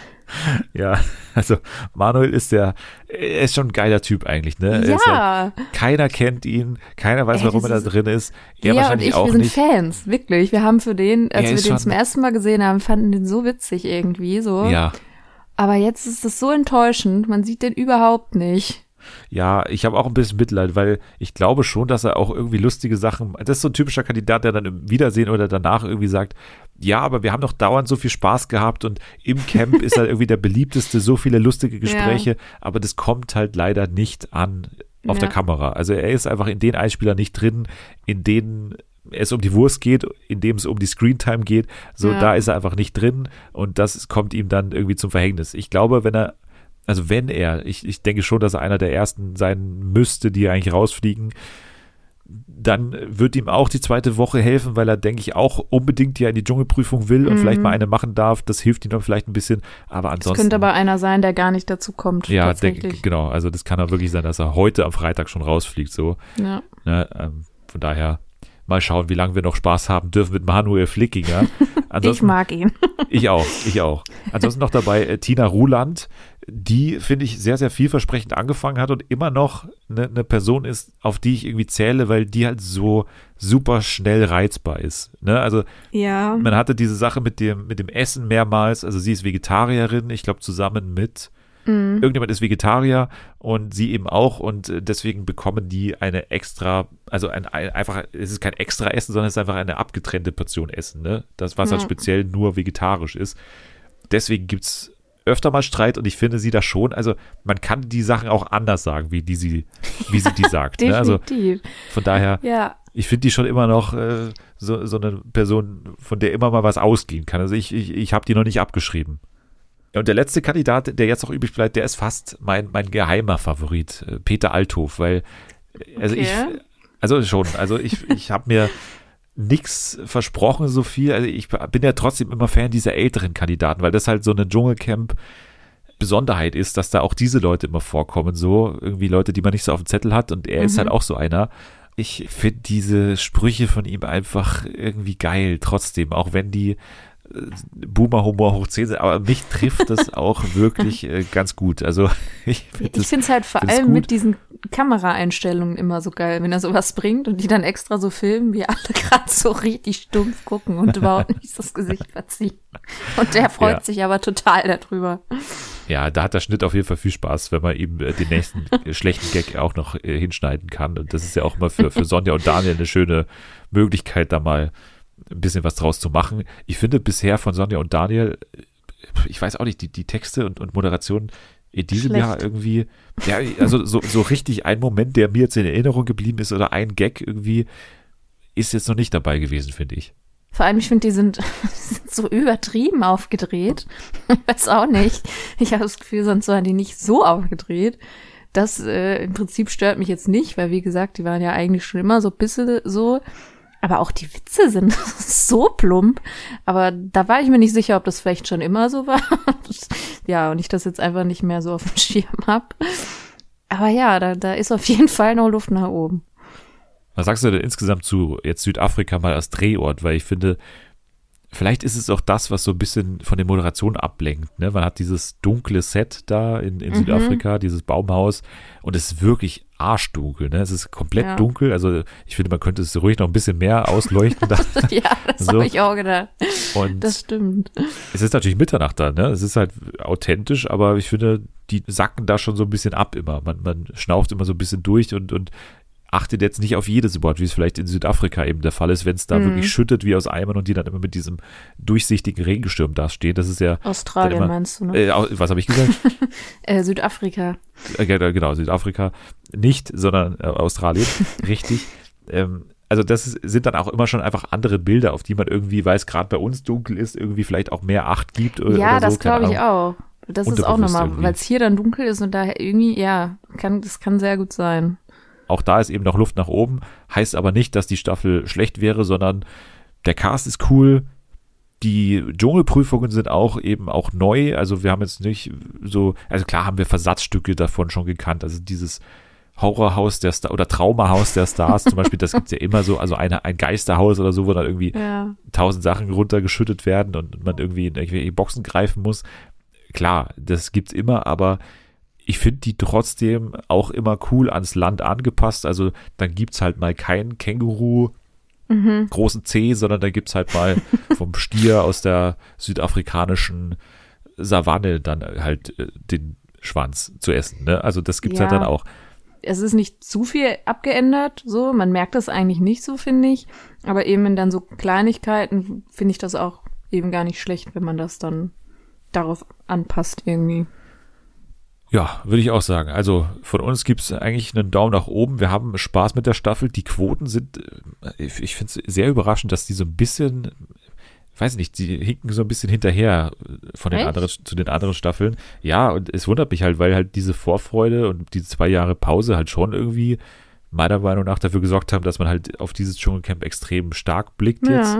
Ja, also Manuel er ist schon ein geiler Typ eigentlich, ne? Er ist Ja, keiner kennt ihn, keiner weiß, Ey, warum er da das ist- drin ist. Er ja und wahrscheinlich ich, auch wir sind nicht. Fans, wirklich. Wir haben für den, als Er wir ist den schon- zum ersten Mal gesehen haben, fanden den so witzig irgendwie, so. Ja, Aber jetzt ist es so enttäuschend, man sieht den überhaupt nicht. ja, ich habe auch ein bisschen Mitleid, weil ich glaube schon, dass er auch irgendwie lustige Sachen, das ist so ein typischer Kandidat, der dann im Wiedersehen oder danach irgendwie sagt, ja, aber wir haben doch dauernd so viel Spaß gehabt und im Camp ist er irgendwie der beliebteste, so viele lustige Gespräche, aber das kommt halt leider nicht an auf der Ja. Kamera. Also er ist einfach in den Einspielern nicht drin, in denen es um die Wurst geht, in dem es um die Screentime geht, so Ja. da ist er einfach nicht drin und das kommt ihm dann irgendwie zum Verhängnis. Ich glaube, ich denke schon, dass er einer der ersten sein müsste, die eigentlich rausfliegen, dann wird ihm auch die zweite Woche helfen, weil er, denke ich, auch unbedingt ja in die Dschungelprüfung will und vielleicht mal eine machen darf. Das hilft ihm dann vielleicht ein bisschen, aber Es ansonsten. könnte aber einer sein, der gar nicht dazu kommt. ja, tatsächlich. genau. Also das kann auch wirklich sein, dass er heute am Freitag schon rausfliegt, so. Ja. Ne, von daher mal schauen, wie lange wir noch Spaß haben dürfen mit Manuel Flickinger. Ich Ansonsten, mag ihn. ich auch. Ansonsten noch dabei Tina Ruland, die, finde ich, sehr, sehr vielversprechend angefangen hat und immer noch eine Person ist, auf die ich irgendwie zähle, weil die halt so super schnell reizbar ist. Ne? Also Ja. man hatte diese Sache mit dem Essen mehrmals, also sie ist Vegetarierin, ich glaube zusammen mit irgendjemand ist Vegetarier und sie eben auch und deswegen bekommen die eine extra, also einfach, es ist kein extra Essen, sondern es ist einfach eine abgetrennte Portion Essen, ne? Das, was halt speziell nur vegetarisch ist. Deswegen gibt es öfter mal Streit und ich finde sie da schon, also man kann die Sachen auch anders sagen, wie sie die sagt. Ne? Also Definitiv. von daher, Ja. ich finde die schon immer noch so eine Person, von der immer mal was ausgehen kann. Also ich habe die noch nicht abgeschrieben. Ja, und der letzte Kandidat, der jetzt noch übrig bleibt, der ist fast mein geheimer Favorit, Peter Althoff, weil ich habe mir nichts versprochen so viel. Also ich bin ja trotzdem immer Fan dieser älteren Kandidaten, weil das halt so eine Dschungelcamp-Besonderheit ist, dass da auch diese Leute immer vorkommen, so irgendwie Leute, die man nicht so auf dem Zettel hat und er ist halt auch so einer. Ich finde diese Sprüche von ihm einfach irgendwie geil trotzdem, auch wenn die Boomer-Humor hoch 10, aber mich trifft das auch wirklich ganz gut. Also ich finde es halt vor allem mit diesen Kameraeinstellungen immer so geil, wenn er sowas bringt und die dann extra so filmen, wie alle gerade so richtig stumpf gucken und überhaupt nicht das Gesicht verziehen. Und der freut sich aber total darüber. Ja, da hat der Schnitt auf jeden Fall viel Spaß, wenn man ihm den nächsten schlechten Gag auch noch hinschneiden kann. Und das ist ja auch immer für Sonja und Daniel eine schöne Möglichkeit, da mal ein bisschen was draus zu machen. Ich finde bisher von Sonja und Daniel, ich weiß auch nicht, die Texte und Moderationen in diesem Schlecht. Jahr irgendwie, ja, also so richtig ein Moment, der mir jetzt in Erinnerung geblieben ist oder ein Gag irgendwie, ist jetzt noch nicht dabei gewesen, finde ich. Vor allem, ich finde, die sind so übertrieben aufgedreht. Ich weiß auch nicht. Ich habe das Gefühl, sonst waren die nicht so aufgedreht. Das im Prinzip stört mich jetzt nicht, weil wie gesagt, die waren ja eigentlich schon immer so ein bisschen so. Aber auch die Witze sind so plump. Aber da war ich mir nicht sicher, ob das vielleicht schon immer so war. Ja, und ich das jetzt einfach nicht mehr so auf dem Schirm habe. Aber ja, da ist auf jeden Fall noch Luft nach oben. Was sagst du denn insgesamt zu jetzt Südafrika mal als Drehort? Weil ich finde, vielleicht ist es auch das, was so ein bisschen von der Moderation ablenkt. Ne? Man hat dieses dunkle Set da in Südafrika, dieses Baumhaus, und es ist wirklich arschdunkel. Ne? Es ist komplett dunkel. Also ich finde, man könnte es ruhig noch ein bisschen mehr ausleuchten. Ja, das habe ich auch gedacht. Und das stimmt. Es ist natürlich Mitternacht da. Ne? Es ist halt authentisch, aber ich finde, die sacken da schon so ein bisschen ab immer. Man schnauft immer so ein bisschen durch und achtet jetzt nicht auf jedes Wort, wie es vielleicht in Südafrika eben der Fall ist, wenn es da wirklich schüttet wie aus Eimern und die dann immer mit diesem durchsichtigen Regenschirm dastehen. Das ist ja Australien immer, meinst du, ne? Was habe ich gesagt? Südafrika. Genau, Südafrika nicht, sondern Australien. Richtig. Also sind dann auch immer schon einfach andere Bilder, auf die man irgendwie, weil es gerade bei uns dunkel ist, irgendwie vielleicht auch mehr Acht gibt. Ja, oder so, das glaube ich auch. Das ist auch nochmal, irgendwie. weil es hier dann dunkel ist und da irgendwie, ja, das kann sehr gut sein. Auch da ist eben noch Luft nach oben, heißt aber nicht, dass die Staffel schlecht wäre, sondern der Cast ist cool, die Dschungelprüfungen sind auch neu, also wir haben jetzt nicht so, also klar haben wir Versatzstücke davon schon gekannt, also dieses Horrorhaus der Stars oder Traumahaus der Stars zum Beispiel, das gibt's ja immer so, also ein Geisterhaus oder so, wo dann irgendwie 1000 Sachen runtergeschüttet werden und man irgendwie in irgendwelche Boxen greifen muss. Klar, das gibt's immer, aber ich finde die trotzdem auch immer cool ans Land angepasst. Also dann gibt's halt mal keinen Känguru großen C, sondern da gibt's halt mal vom Stier aus der südafrikanischen Savanne dann halt den Schwanz zu essen. Ne? Also das gibt's halt dann auch. Es ist nicht zu viel abgeändert, so. Man merkt das eigentlich nicht so, finde ich. Aber eben in dann so Kleinigkeiten finde ich das auch eben gar nicht schlecht, wenn man das dann darauf anpasst irgendwie. Ja, würde ich auch sagen. Also von uns gibt es eigentlich einen Daumen nach oben. Wir haben Spaß mit der Staffel. Die Quoten sind, ich finde es sehr überraschend, dass die so ein bisschen, weiß nicht, die hinken so ein bisschen hinterher von den zu den anderen Staffeln. Ja, und es wundert mich halt, weil halt diese Vorfreude und diese 2 Jahre Pause halt schon irgendwie meiner Meinung nach dafür gesorgt haben, dass man halt auf dieses Dschungelcamp extrem stark blickt jetzt.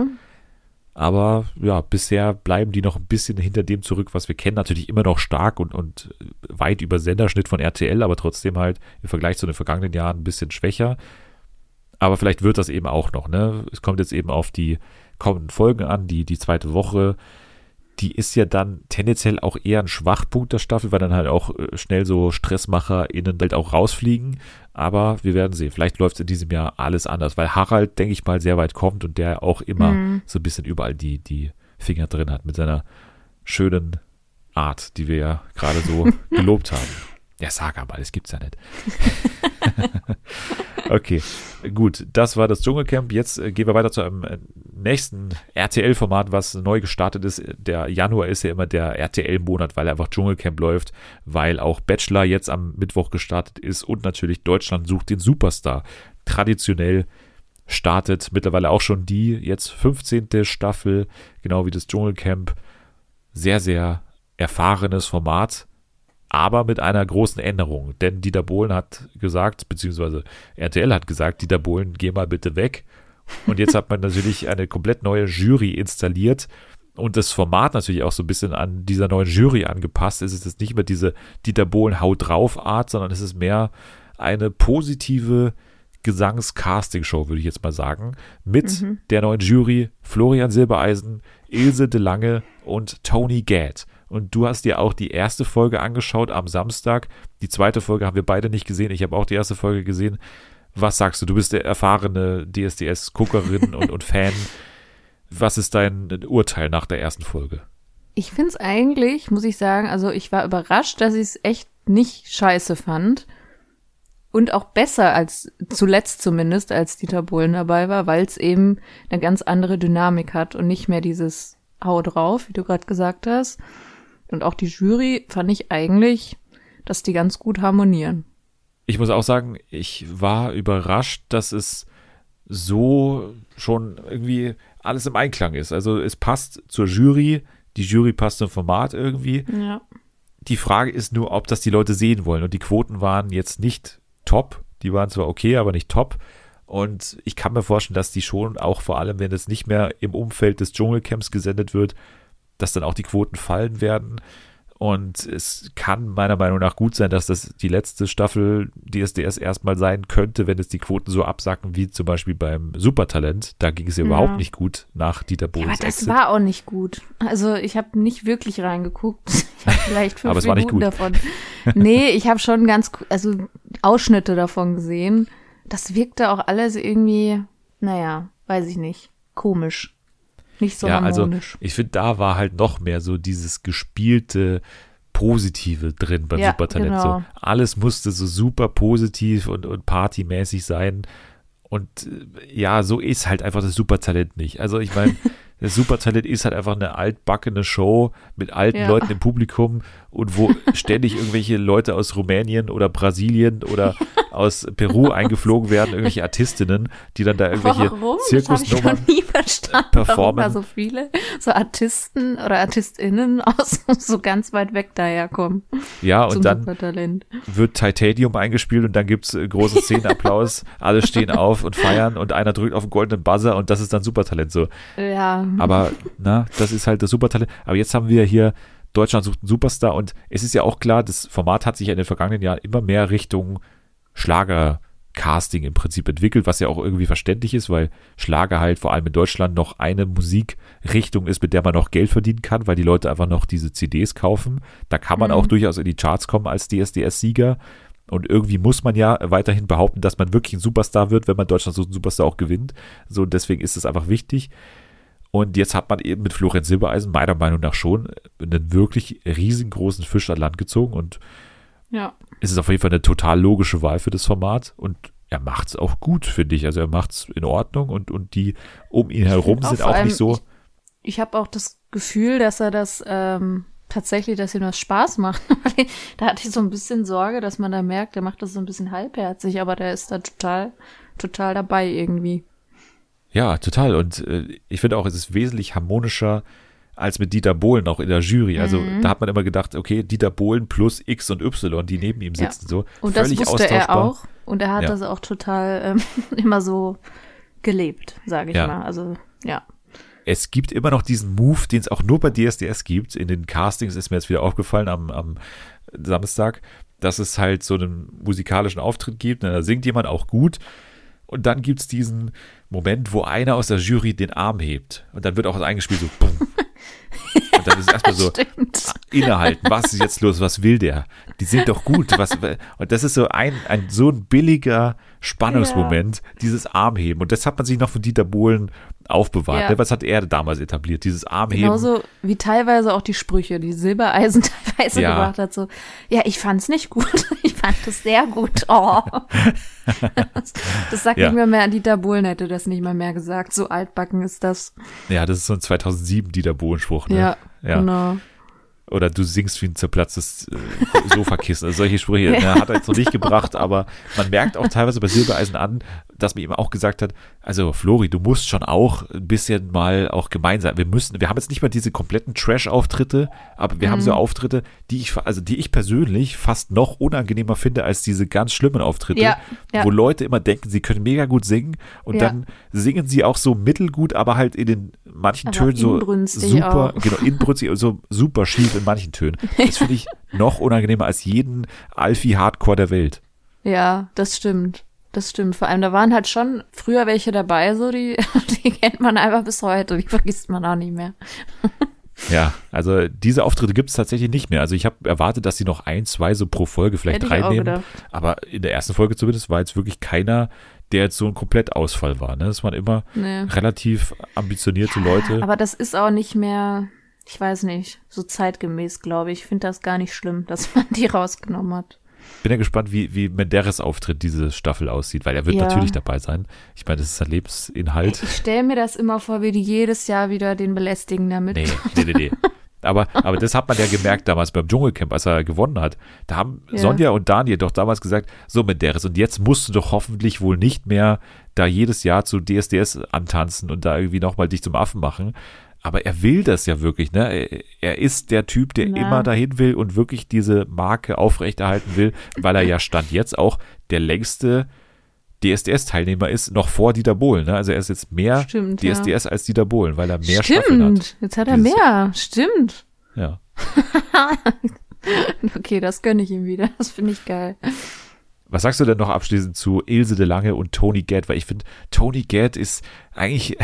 Aber ja, bisher bleiben die noch ein bisschen hinter dem zurück, was wir kennen. Natürlich immer noch stark und weit über Senderschnitt von RTL, aber trotzdem halt im Vergleich zu den vergangenen Jahren ein bisschen schwächer. Aber vielleicht wird das eben auch noch. Ne? Es kommt jetzt eben auf die kommenden Folgen an, die zweite Woche. Die ist ja dann tendenziell auch eher ein Schwachpunkt der Staffel, weil dann halt auch schnell so StressmacherInnen halt auch rausfliegen. Aber wir werden sehen. Vielleicht läuft es in diesem Jahr alles anders, weil Harald, denke ich mal, sehr weit kommt und der auch immer so ein bisschen überall die Finger drin hat mit seiner schönen Art, die wir ja gerade so gelobt haben. Ja, sag aber, das gibt's ja nicht. Okay, gut, das war das Dschungelcamp. Jetzt gehen wir weiter zu einem nächsten RTL-Format, was neu gestartet ist. Der Januar ist ja immer der RTL-Monat, weil einfach Dschungelcamp läuft, weil auch Bachelor jetzt am Mittwoch gestartet ist und natürlich Deutschland sucht den Superstar. Traditionell startet mittlerweile auch schon die jetzt 15. Staffel, genau wie das Dschungelcamp. Sehr, sehr erfahrenes Format. Aber mit einer großen Änderung, denn Dieter Bohlen hat gesagt, beziehungsweise RTL hat gesagt, Dieter Bohlen, geh mal bitte weg. Und jetzt hat man natürlich eine komplett neue Jury installiert und das Format natürlich auch so ein bisschen an dieser neuen Jury angepasst. Es ist jetzt nicht mehr diese Dieter Bohlen Haut drauf Art, sondern es ist mehr eine positive Gesangs-Casting-Show, würde ich jetzt mal sagen, mit der neuen Jury Florian Silbereisen, Ilse de Lange und Tony Gadd. Und du hast dir auch die erste Folge angeschaut am Samstag. Die zweite Folge haben wir beide nicht gesehen. Ich habe auch die erste Folge gesehen. Was sagst du? Du bist der erfahrene DSDS-Guckerin und Fan. Was ist dein Urteil nach der ersten Folge? Ich finde es eigentlich, muss ich sagen, also ich war überrascht, dass ich es echt nicht scheiße fand. Und auch besser als zuletzt zumindest, als Dieter Bohlen dabei war, weil es eben eine ganz andere Dynamik hat und nicht mehr dieses Hau drauf, wie du gerade gesagt hast. Und auch die Jury fand ich eigentlich, dass die ganz gut harmonieren. Ich muss auch sagen, ich war überrascht, dass es so schon irgendwie alles im Einklang ist. Also es passt zur Jury, die Jury passt zum Format irgendwie. Ja. Die Frage ist nur, ob das die Leute sehen wollen. Und die Quoten waren jetzt nicht top. Die waren zwar okay, aber nicht top. Und ich kann mir vorstellen, dass die schon auch vor allem, wenn es nicht mehr im Umfeld des Dschungelcamps gesendet wird, dass dann auch die Quoten fallen werden. Und es kann meiner Meinung nach gut sein, dass das die letzte Staffel DSDS erstmal sein könnte, wenn es die Quoten so absacken wie zum Beispiel beim Supertalent. Da ging es ja überhaupt nicht gut nach Dieter Bohlens Aber das Exit. war auch nicht gut. Also ich habe nicht wirklich reingeguckt. Ich habe vielleicht 5 Aber es war nicht Minuten gut. davon. Nee, ich habe schon Ausschnitte davon gesehen. Das wirkte auch alles irgendwie, naja, weiß ich nicht, komisch. Nicht so Ja, also harmonisch. ich finde, da war halt noch mehr so dieses gespielte Positive drin beim Ja, Supertalent. genau. So, alles musste so super positiv und partymäßig sein. Und ja, so ist halt einfach das Supertalent nicht. Also ich meine, das Supertalent ist halt einfach eine altbackene Show mit alten Ja. Leuten im Publikum und wo ständig irgendwelche Leute aus Rumänien oder Brasilien oder aus Peru eingeflogen werden, irgendwelche Artistinnen, die dann da irgendwelche Warum? Das habe ich Zirkusnummern noch nie verstanden, performen. warum da so viele so Artisten oder ArtistInnen aus so ganz weit weg daherkommen. Ja, zum und dann Supertalent. wird Titanium eingespielt und dann gibt's großen Szenenapplaus, alle stehen auf und feiern und einer drückt auf den goldenen Buzzer und das ist dann Supertalent so. Ja, Aber das ist halt das Supertalent. Aber jetzt haben wir hier Deutschland sucht einen Superstar und es ist ja auch klar, das Format hat sich ja in den vergangenen Jahren immer mehr Richtung Schlager-Casting im Prinzip entwickelt, was ja auch irgendwie verständlich ist, weil Schlager halt vor allem in Deutschland noch eine Musikrichtung ist, mit der man noch Geld verdienen kann, weil die Leute einfach noch diese CDs kaufen. Da kann man auch durchaus in die Charts kommen als DSDS-Sieger. Und irgendwie muss man ja weiterhin behaupten, dass man wirklich ein Superstar wird, wenn man Deutschland sucht einen Superstar auch gewinnt. So, deswegen ist es einfach wichtig. Und jetzt hat man eben mit Florian Silbereisen meiner Meinung nach schon einen wirklich riesengroßen Fisch an Land gezogen und ja. es ist auf jeden Fall eine total logische Wahl für das Format und er macht es auch gut, finde ich. Also er macht es in Ordnung und die um ihn herum Auch sind vor auch allem, nicht so. Ich habe auch das Gefühl, dass er das tatsächlich, dass ihm das Spaß macht. Da hatte ich so ein bisschen Sorge, dass man da merkt, der macht das so ein bisschen halbherzig, aber der ist da total dabei irgendwie. Ja, total. Und ich finde auch, es ist wesentlich harmonischer als mit Dieter Bohlen auch in der Jury. Also da hat man immer gedacht, okay, Dieter Bohlen plus X und Y, die neben ihm sitzen, so Und das völlig wusste er austauschbar. auch. Und er hat Ja. das auch total immer so gelebt, sage ich Ja. mal. Also, ja. Es gibt immer noch diesen Move, den es auch nur bei DSDS gibt. In den Castings ist mir jetzt wieder aufgefallen am Samstag, dass es halt so einen musikalischen Auftritt gibt. Da singt jemand auch gut. Und dann gibt es diesen Moment, wo einer aus der Jury den Arm hebt. Und dann wird auch was eingespielt, so bumm. Und dann ist erstmal so Stimmt. innehalten. Was ist jetzt los? Was will der? Die sind doch gut. Und das ist so so ein billiger Spannungsmoment, dieses Armheben. Und das hat man sich noch von Dieter Bohlen aufbewahrt. Ja. Ne? Was hat er damals etabliert? Dieses Armheben. Genauso wie teilweise auch die Sprüche, die Silbereisen teilweise Ja. gebracht hat. So, ja, ich fand's nicht gut. Ich fand es sehr gut. Oh. Das sagt Ja. nicht mehr mehr. Dieter Bohlen hätte das nicht mal mehr gesagt. So altbacken ist das. Ja, das ist so ein 2007 Dieter Bohlen-Spruch. Ne? Ja, genau. Oder du singst wie ein zerplatztes Sofakissen. Also solche Sprüche hat er jetzt noch nicht gebracht, aber man merkt auch teilweise bei Silbereisen an, dass man ihm auch gesagt hat, also Flori, du musst schon auch ein bisschen mal auch gemein sein. Wir haben jetzt nicht mal diese kompletten Trash-Auftritte, aber wir haben so Auftritte, die ich persönlich fast noch unangenehmer finde als diese ganz schlimmen Auftritte, Ja, ja. wo Leute immer denken, sie können mega gut singen und Ja. dann singen sie auch so mittelgut, aber halt in den manchen Aber Tönen so inbrünstig super, auch. genau, inbrünstig und so super schief in manchen Tönen. Das finde ich noch unangenehmer als jeden Alfie-Hardcore der Welt. Ja, das stimmt. das stimmt. Vor allem, da waren halt schon früher welche dabei, so die kennt man einfach bis heute, die vergisst man auch nicht mehr. Ja, also diese Auftritte gibt es tatsächlich nicht mehr. Also ich habe erwartet, dass sie noch 1, 2 so pro Folge vielleicht Hätte ich auch reinnehmen. gedacht. Aber in der ersten Folge zumindest war jetzt wirklich keiner, der jetzt so ein Komplettausfall war. Ne? Das waren immer Nee. relativ ambitionierte Leute. Aber das ist auch nicht mehr, ich weiß nicht, so zeitgemäß, glaube ich. Ich finde das gar nicht schlimm, dass man die rausgenommen hat. Bin ja gespannt, wie Menderes Auftritt diese Staffel aussieht, weil er wird Ja. natürlich dabei sein. Ich meine, das ist sein Lebensinhalt. Ich stelle mir das immer vor, wie die jedes Jahr wieder den belästigen damit. Nee. Aber das hat man ja gemerkt damals beim Dschungelcamp, als er gewonnen hat. Da haben Ja. Sonja und Daniel doch damals gesagt, so Menderes, und jetzt musst du doch hoffentlich wohl nicht mehr da jedes Jahr zu DSDS antanzen und da irgendwie nochmal dich zum Affen machen. Aber er will das ja wirklich, ne? Er ist der Typ, der Na. immer dahin will und wirklich diese Marke aufrechterhalten will, weil er ja Stand jetzt auch der längste DSDS-Teilnehmer ist, noch vor Dieter Bohlen. Ne? Also er ist jetzt mehr Stimmt, ja. DSDS als Dieter Bohlen, weil er mehr Staffeln hat. Stimmt, jetzt hat er Dieses mehr. Stimmt. Ja. Okay, das gönne ich ihm wieder. Das finde ich geil. Was sagst du denn noch abschließend zu Ilse de Lange und Tony Gadd? Weil ich finde, Tony Gadd ist eigentlich,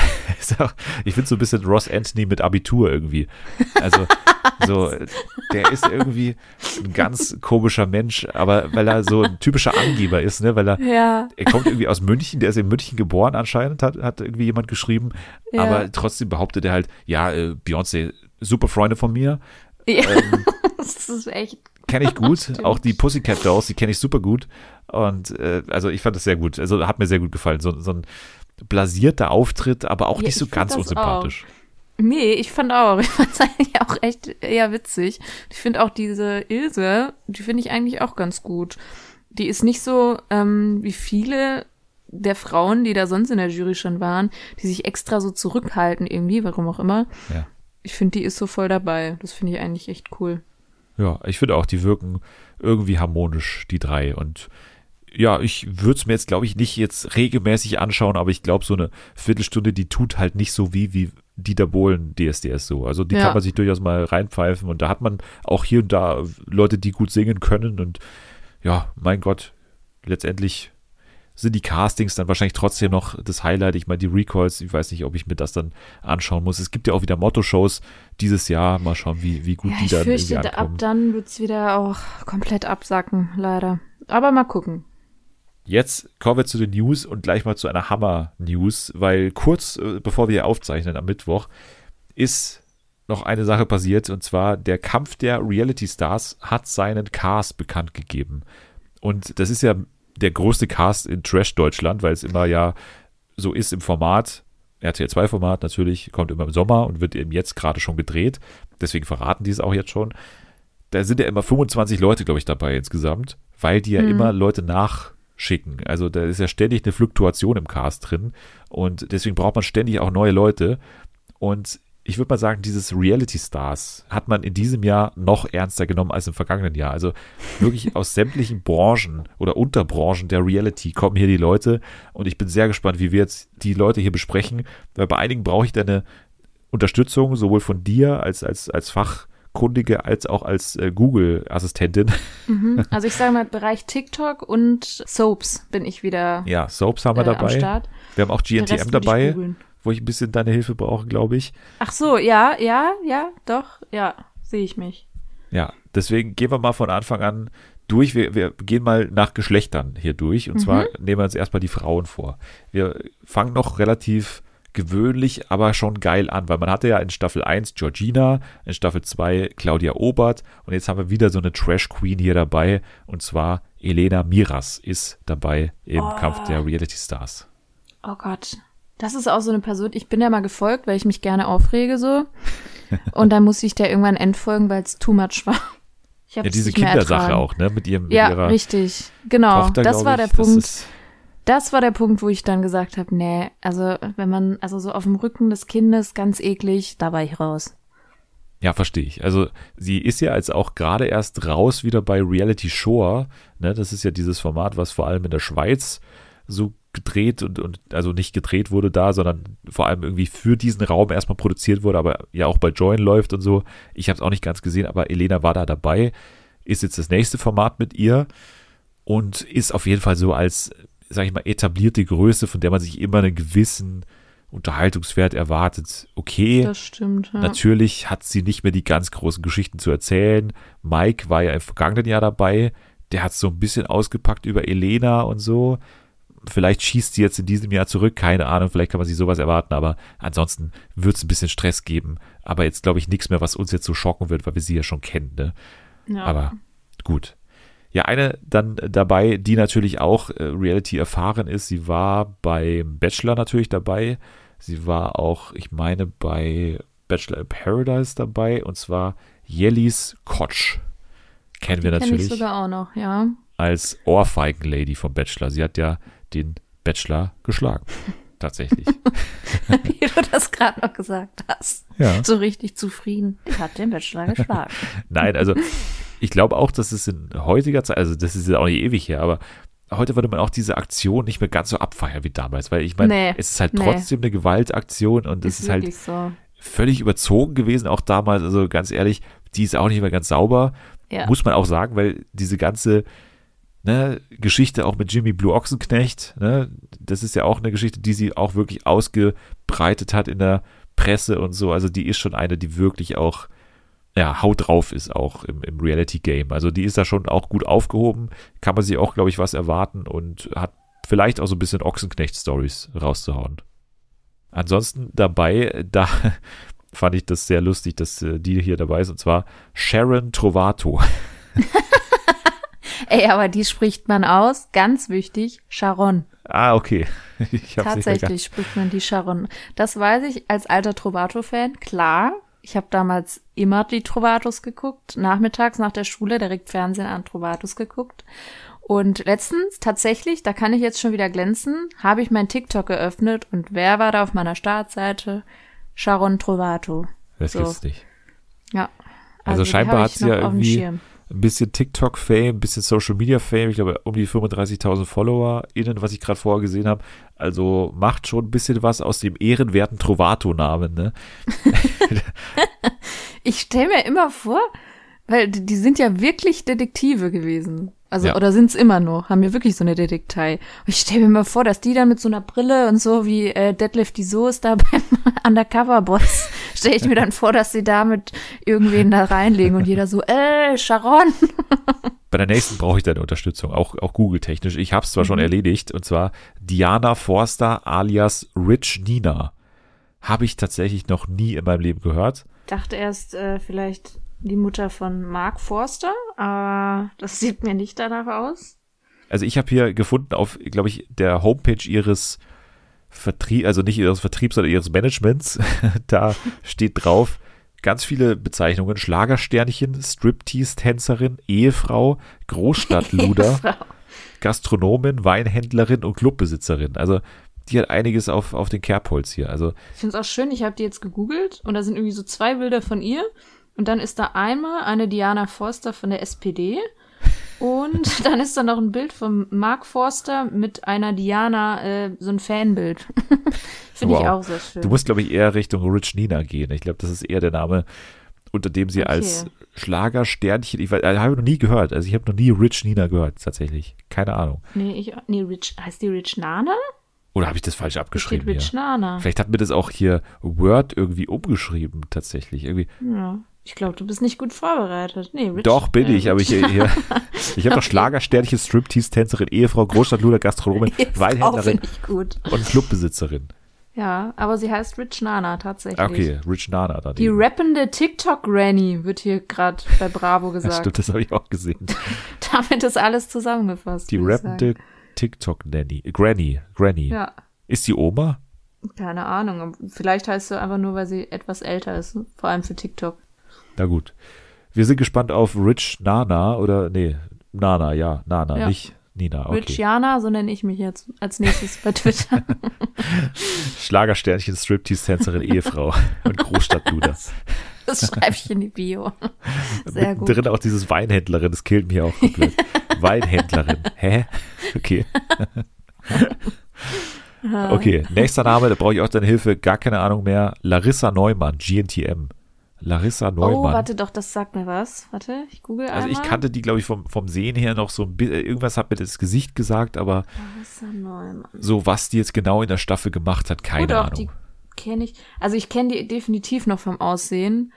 ich finde so ein bisschen Ross Anthony mit Abitur irgendwie. Also, so, der ist irgendwie ein ganz komischer Mensch, aber weil er so ein typischer Angeber ist, ne, weil Ja. er kommt irgendwie aus München, der ist in München geboren anscheinend, hat irgendwie jemand geschrieben, Ja. aber trotzdem behauptet er halt, ja, Beyoncé, super Freunde von mir, Ja. Das ist echt. kenne ich gut. Stimmt. Auch die Pussycat Dolls, die kenne ich super gut. Und also ich fand das sehr gut. Also hat mir sehr gut gefallen. So ein blasierter Auftritt, aber auch Ja, nicht so ich find ganz das unsympathisch. Nee, ich fand auch. Ich fand es eigentlich auch echt eher witzig. Ich finde auch diese Ilse, die finde ich eigentlich auch ganz gut. Die ist nicht so wie viele der Frauen, die da sonst in der Jury schon waren, die sich extra so zurückhalten irgendwie, warum auch immer. Ja. Ich finde, die ist so voll dabei. Das finde ich eigentlich echt cool. Ja, ich finde auch, die wirken irgendwie harmonisch, die drei. Und ja, ich würde es mir jetzt, glaube ich, nicht jetzt regelmäßig anschauen, aber ich glaube, so eine Viertelstunde, die tut halt nicht so wie Dieter Bohlen DSDS so. Also die Ja. kann man sich durchaus mal reinpfeifen und da hat man auch hier und da Leute, die gut singen können und ja, mein Gott, letztendlich sind die Castings dann wahrscheinlich trotzdem noch das Highlight. Ich meine, die Recalls, ich weiß nicht, ob ich mir das dann anschauen muss. Es gibt ja auch wieder Motto-Shows dieses Jahr. Mal schauen, wie gut Ja, die ich dann fürchte, irgendwie ab ankommen. dann wird's wieder auch komplett absacken, leider. Aber mal gucken. Jetzt kommen wir zu den News und gleich mal zu einer Hammer-News, weil kurz bevor wir hier aufzeichnen am Mittwoch ist noch eine Sache passiert und zwar der Kampf der Reality-Stars hat seinen Cast bekannt gegeben. Und das ist ja der größte Cast in Trash-Deutschland, weil es immer ja so ist im Format, RTL 2-Format natürlich, kommt immer im Sommer und wird eben jetzt gerade schon gedreht. Deswegen verraten die es auch jetzt schon. Da sind ja immer 25 Leute, glaube ich, dabei insgesamt, weil die ja immer Leute nachschicken. Also da ist ja ständig eine Fluktuation im Cast drin und deswegen braucht man ständig auch neue Leute. Und ich würde mal sagen, dieses Reality Stars hat man in diesem Jahr noch ernster genommen als im vergangenen Jahr. Also wirklich aus sämtlichen Branchen oder Unterbranchen der Reality kommen hier die Leute und ich bin sehr gespannt, wie wir jetzt die Leute hier besprechen, weil bei einigen brauche ich deine Unterstützung, sowohl von dir als Fachkundige als auch als Google-Assistentin. Also ich sage mal, Bereich TikTok und Soaps bin ich wieder Ja, Soaps haben wir am dabei. Start. Wir haben auch Den Rest GNTM würde ich dabei, googeln. wo ich ein bisschen deine Hilfe brauche, glaube ich. Ach so, ja, doch, ja, sehe ich mich. Ja, deswegen gehen wir mal von Anfang an durch. Wir gehen mal nach Geschlechtern hier durch. Und zwar nehmen wir uns erstmal die Frauen vor. Wir fangen noch relativ gewöhnlich, aber schon geil an, weil man hatte ja in Staffel 1 Georgina, in Staffel 2 Claudia Obert und jetzt haben wir wieder so eine Trash-Queen hier dabei und zwar Elena Miras ist dabei im Kampf der Reality Stars. Oh Gott. Das ist auch so eine Person, ich bin ja mal gefolgt, weil ich mich gerne aufrege so. Und dann musste ich der irgendwann entfolgen, weil es too much war. Ich habe Ja, es diese nicht mehr Kindersache ertragen. auch, ne? Mit Ja, ihrer richtig. Genau. Tochter, Das glaub war ich. der Punkt. ist- Das war der Punkt, wo ich dann gesagt habe, nee, also wenn man, also so auf dem Rücken des Kindes, ganz eklig, da war ich raus. Ja, verstehe ich. Also sie ist ja jetzt auch gerade erst raus wieder bei Reality Shore. Ne? Das ist ja dieses Format, was vor allem in der Schweiz so gedreht und also nicht gedreht wurde da, sondern vor allem irgendwie für diesen Raum erstmal produziert wurde, aber ja auch bei Join läuft und so. Ich habe es auch nicht ganz gesehen, aber Elena war da dabei, ist jetzt das nächste Format mit ihr und ist auf jeden Fall so als sag ich mal, etablierte Größe, von der man sich immer einen gewissen Unterhaltungswert erwartet. Okay, Das stimmt, ja. natürlich hat sie nicht mehr die ganz großen Geschichten zu erzählen. Mike war ja im vergangenen Jahr dabei. Der hat so ein bisschen ausgepackt über Elena und so. Vielleicht schießt sie jetzt in diesem Jahr zurück, keine Ahnung, vielleicht kann man sich sowas erwarten, aber ansonsten wird es ein bisschen Stress geben. Aber jetzt glaube ich nichts mehr, was uns jetzt so schocken wird, weil wir sie ja schon kennen. Ne? Ja. Aber gut. Ja, eine dann dabei, die natürlich auch Reality erfahren ist. Sie war beim Bachelor natürlich dabei. Sie war auch, ich meine, bei Bachelor in Paradise dabei. Und zwar Jellis Kotsch. Kennen wir Kenn ich natürlich sogar auch noch, ja. als Ohrfeigen-Lady vom Bachelor. Sie hat ja den Bachelor geschlagen. Tatsächlich. Wie du das gerade noch gesagt hast. Ja. So richtig zufrieden. Die hat den Bachelor geschlagen. Nein, also ich glaube auch, dass es in heutiger Zeit, also das ist ja auch nicht ewig her, aber heute würde man auch diese Aktion nicht mehr ganz so abfeiern wie damals, weil ich meine, Nee, es ist halt nee. trotzdem eine Gewaltaktion und es ist halt wirklich so. völlig überzogen gewesen, auch damals, also ganz ehrlich, die ist auch nicht mehr ganz sauber, Ja. muss man auch sagen, weil diese ganze Geschichte auch mit Jimmy Blue Ochsenknecht, das ist ja auch eine Geschichte, die sie auch wirklich ausgebreitet hat in der Presse und so, also die ist schon eine, die wirklich auch haut drauf ist auch im Reality-Game. Also die ist da schon auch gut aufgehoben, kann man sich auch, glaube ich, was erwarten und hat vielleicht auch so ein bisschen Ochsenknecht-Stories rauszuhauen. Ansonsten dabei, da fand ich das sehr lustig, dass die hier dabei ist, und zwar Sharon Trovato. Ey, aber die spricht man aus, ganz wichtig, Sharon. Ah, okay. Ich hab's nicht Tatsächlich spricht man die Sharon. Das weiß ich als alter Trovato-Fan, klar. Ich habe damals immer die Trovatos geguckt, nachmittags nach der Schule direkt Fernsehen an Trovatos geguckt. Und letztens, tatsächlich, da kann ich jetzt schon wieder glänzen, habe ich mein TikTok geöffnet und wer war da auf meiner Startseite? Sharon Trovato. Das So. gibt's nicht. Ja. Also die scheinbar hab hat ich sie noch ja auf dem irgendwie Schirm. ein bisschen TikTok-Fame, ein bisschen Social-Media-Fame, ich glaube um die 35.000 FollowerInnen, was ich gerade vorher gesehen habe. Also macht schon ein bisschen was aus dem ehrenwerten Trovato-Namen, ne? Ich stelle mir immer vor, weil die sind ja wirklich Detektive gewesen. Also, Ja. oder sind's immer noch, haben ja wirklich so eine Detektei. Und ich stelle mir mal vor, dass die dann mit so einer Brille und so wie Detlef die Soße da beim Undercover-Boss, stelle ich mir dann vor, dass sie damit irgendwen da reinlegen und jeder so, Sharon. Bei der nächsten brauche ich deine Unterstützung, auch Google-technisch. Ich habe es zwar schon erledigt, und zwar Diana Forster alias Rich Nina. Habe ich tatsächlich noch nie in meinem Leben gehört. Dachte erst vielleicht die Mutter von Mark Forster, aber das sieht mir nicht danach aus. Also ich habe hier gefunden auf, glaube ich, der Homepage ihres Vertriebs, also nicht ihres Vertriebs, sondern ihres Managements, da steht drauf, ganz viele Bezeichnungen: Schlagersternchen, Striptease-Tänzerin, Ehefrau, Großstadtluder, Gastronomin, Weinhändlerin und Clubbesitzerin. Also die hat einiges auf den Kerbholz hier. Also Ich finde es auch schön, ich habe die jetzt gegoogelt und da sind irgendwie so 2 Bilder von ihr und dann ist da einmal eine Diana Forster von der SPD und dann ist da noch ein Bild von Mark Forster mit einer Diana, so ein Fanbild. Finde ich Wow. auch sehr schön. du musst, glaube ich, eher Richtung Rich Nina gehen. Ich glaube, das ist eher der Name, unter dem sie Okay. als Schlagersternchen, ich habe noch nie gehört. Also ich habe noch nie Rich Nina gehört, tatsächlich. Keine Ahnung. Nee, Rich, heißt die Rich Nana? Oder habe ich das falsch Da steht abgeschrieben Rich hier? Nana. Vielleicht hat mir das auch hier Word irgendwie umgeschrieben, tatsächlich. Irgendwie. Ja. Ich glaube, du bist nicht gut vorbereitet. Nee, Rich. Doch, bin ich, aber ich habe doch Okay. Schlagersternchen, Striptease-Tänzerin, Ehefrau, Großstadtluder, Gastronomin, Auch Weinhändlerin finde ich gut. und Clubbesitzerin. Ja, aber sie heißt Rich Nana tatsächlich. Okay, Rich Nana dann. Die eben. rappende TikTok-Granny wird hier gerade bei Bravo Ja, gesagt. stimmt, das habe ich auch gesehen. Damit ist alles zusammengefasst. Die würd ich rappende TikTok-Nanny. Granny. sagen. Ja, Ist die Oma? keine Ahnung. Vielleicht heißt sie einfach nur, weil sie etwas älter ist. Vor allem für TikTok. Na gut. Wir sind gespannt auf Rich Nana oder, nee, Nana, ja, Nana, Ja. nicht Nina, okay. Rich Jana, so nenne ich mich jetzt als nächstes bei Twitter. Schlagersternchen, Striptease-Tänzerin, Ehefrau und Großstadtluder. Das schreibe ich in die Bio. Sehr gut. Drin auch dieses Weinhändlerin, das killt mich auch komplett. Weinhändlerin. Hä? Okay. Okay, nächster Name, da brauche ich auch deine Hilfe, gar keine Ahnung mehr. Larissa Neumann, GNTM. Larissa Oh, Neumann. warte doch, das sagt mir was. Warte, ich google Also einmal. ich kannte die, glaube ich, vom Sehen her noch so ein bisschen, irgendwas hat mir das Gesicht gesagt, aber Larissa Neumann. so was die jetzt genau in der Staffel gemacht hat, keine doch, Ahnung. die kenne ich. Also ich kenne die definitiv noch vom Aussehen.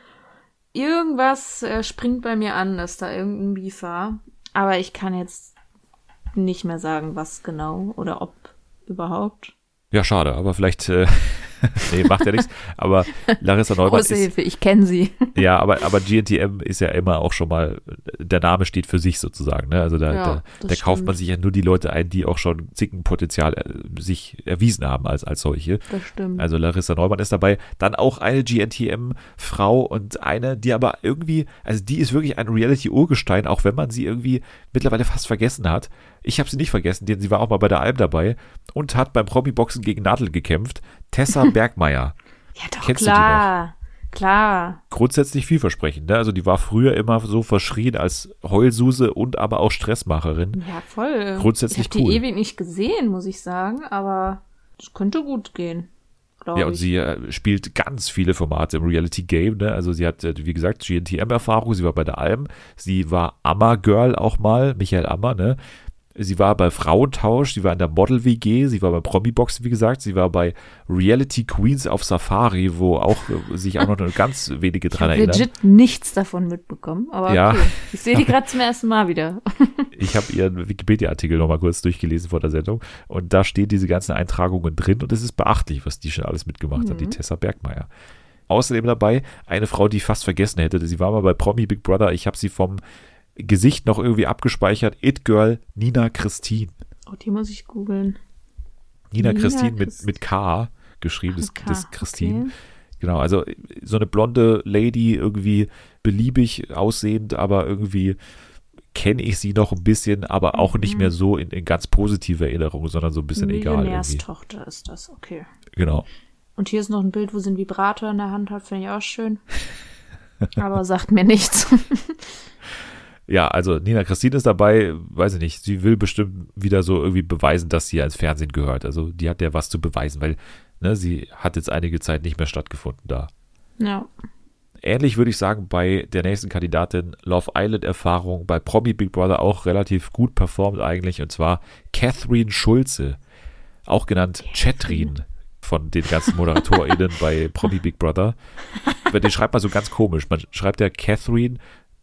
Irgendwas springt bei mir an, dass da irgendein Beef war. Aber ich kann jetzt nicht mehr sagen, was genau oder ob überhaupt. Ja, schade, aber vielleicht, nee, macht ja nichts. Aber Larissa Neumann Große ist, Hilfe, ich kenne sie. ja, aber GNTM ist ja immer auch schon mal, der Name steht für sich sozusagen, ne? Also Ja, da das kauft man stimmt. sich ja nur die Leute ein, die auch schon Zickenpotenzial sich erwiesen haben als solche. Das stimmt. Also Larissa Neumann ist dabei. Dann auch eine GNTM-Frau und eine, die aber irgendwie, also die ist wirklich ein Reality-Urgestein, auch wenn man sie irgendwie mittlerweile fast vergessen hat. Ich habe sie nicht vergessen, denn sie war auch mal bei der Alm dabei und hat beim Promi-Boxen gegen Nadel gekämpft. Tessa Bergmeier. Ja, doch, Kennst klar. Klar. Grundsätzlich vielversprechend, ne? Also die war früher immer so verschrien als Heulsuse und aber auch Stressmacherin. Ja, voll. Grundsätzlich ich habe cool. die ewig nicht gesehen, muss ich sagen, aber es könnte gut gehen, glaube Ja, und ich. sie spielt ganz viele Formate im Reality-Game, ne? Also sie hat, wie gesagt, GNTM-Erfahrung, sie war bei der Alm, sie war Ammer-Girl auch mal, Michael Ammer, ne? Sie war bei Frauentausch, sie war in der Model-WG, sie war bei Promi-Boxen, wie gesagt, sie war bei Reality Queens auf Safari, wo auch sich auch noch nur ganz wenige Ich dran habe erinnern. legit nichts davon mitbekommen, aber Ja. okay. Ich sehe die gerade zum ersten Mal wieder. Ich habe ihren Wikipedia-Artikel nochmal kurz durchgelesen vor der Sendung und da stehen diese ganzen Eintragungen drin und es ist beachtlich, was die schon alles mitgemacht hat, die Tessa Bergmeier. Außerdem dabei eine Frau, die ich fast vergessen hätte. Sie war mal bei Promi Big Brother. Ich habe sie vom Gesicht noch irgendwie abgespeichert. It-Girl Nina Christine. Oh, die muss ich googeln. Nina Nina Christine Christ- mit K geschrieben, Mit K, das Christine. okay. Genau, also so eine blonde Lady, irgendwie beliebig aussehend, aber irgendwie kenne ich sie noch ein bisschen, aber auch nicht mehr so in ganz positive Erinnerung, sondern so ein bisschen egal irgendwie. Millionärstochter ist das, okay. Genau. Und hier ist noch ein Bild, wo sie einen Vibrator in der Hand hat, finde ich auch schön. Aber sagt mir nichts. Ja, also Nina Christine ist dabei, weiß ich nicht, sie will bestimmt wieder so irgendwie beweisen, dass sie ans Fernsehen gehört. Also die hat ja was zu beweisen, weil sie hat jetzt einige Zeit nicht mehr stattgefunden da. Ja. Ähnlich würde ich sagen bei der nächsten Kandidatin, Love Island Erfahrung, bei Promi Big Brother auch relativ gut performt eigentlich, und zwar Catherine Schulze, auch genannt Chatrin von den ganzen ModeratorInnen bei Promi Big Brother. Den schreibt man so ganz komisch, man schreibt ja Catherine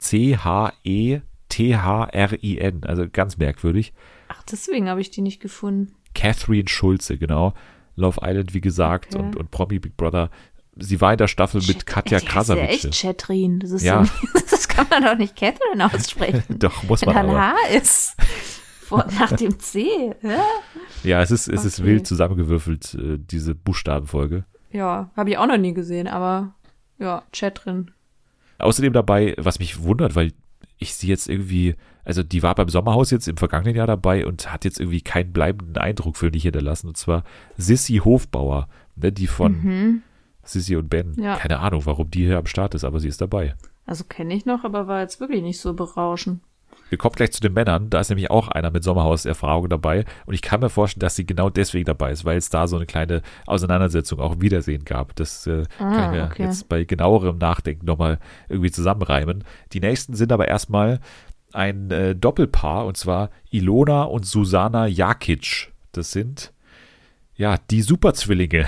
C-H-E-T-H-R-I-N, also ganz merkwürdig. Ach, deswegen habe ich die nicht gefunden. Catherine Schulze, genau. Love Island, wie gesagt, Okay. und Promi Big Brother. Sie war in der Staffel mit Katja Die heißt ja Krasavice. echt Chatrin. Das ist Ja. so, das kann man doch nicht Catherine aussprechen. Doch, muss Wenn man da ein aber. H ist. Nach dem C. Hä? Ja, es ist Okay. wild zusammengewürfelt, diese Buchstabenfolge. Ja, habe ich auch noch nie gesehen, aber ja, Chatrin. Außerdem dabei, was mich wundert, weil ich sie jetzt irgendwie, also die war beim Sommerhaus jetzt im vergangenen Jahr dabei und hat jetzt irgendwie keinen bleibenden Eindruck für mich hinterlassen, und zwar Sissi Hofbauer, ne, die von Sissi und Ben. Ja. Keine Ahnung, warum die hier am Start ist, aber sie ist dabei. Also kenne ich noch, aber war jetzt wirklich nicht so berauschend. Wir kommen gleich zu den Männern. Da ist nämlich auch einer mit Sommerhauserfahrung dabei. Und ich kann mir vorstellen, dass sie genau deswegen dabei ist, weil es da so eine kleine Auseinandersetzung, auch ein Wiedersehen gab. Das kann ich mir okay. jetzt bei genauerem Nachdenken nochmal irgendwie zusammenreimen. Die nächsten sind aber erstmal ein Doppelpaar, und zwar Ilona und Susanna Jakic. Das sind, ja, die Superzwillinge.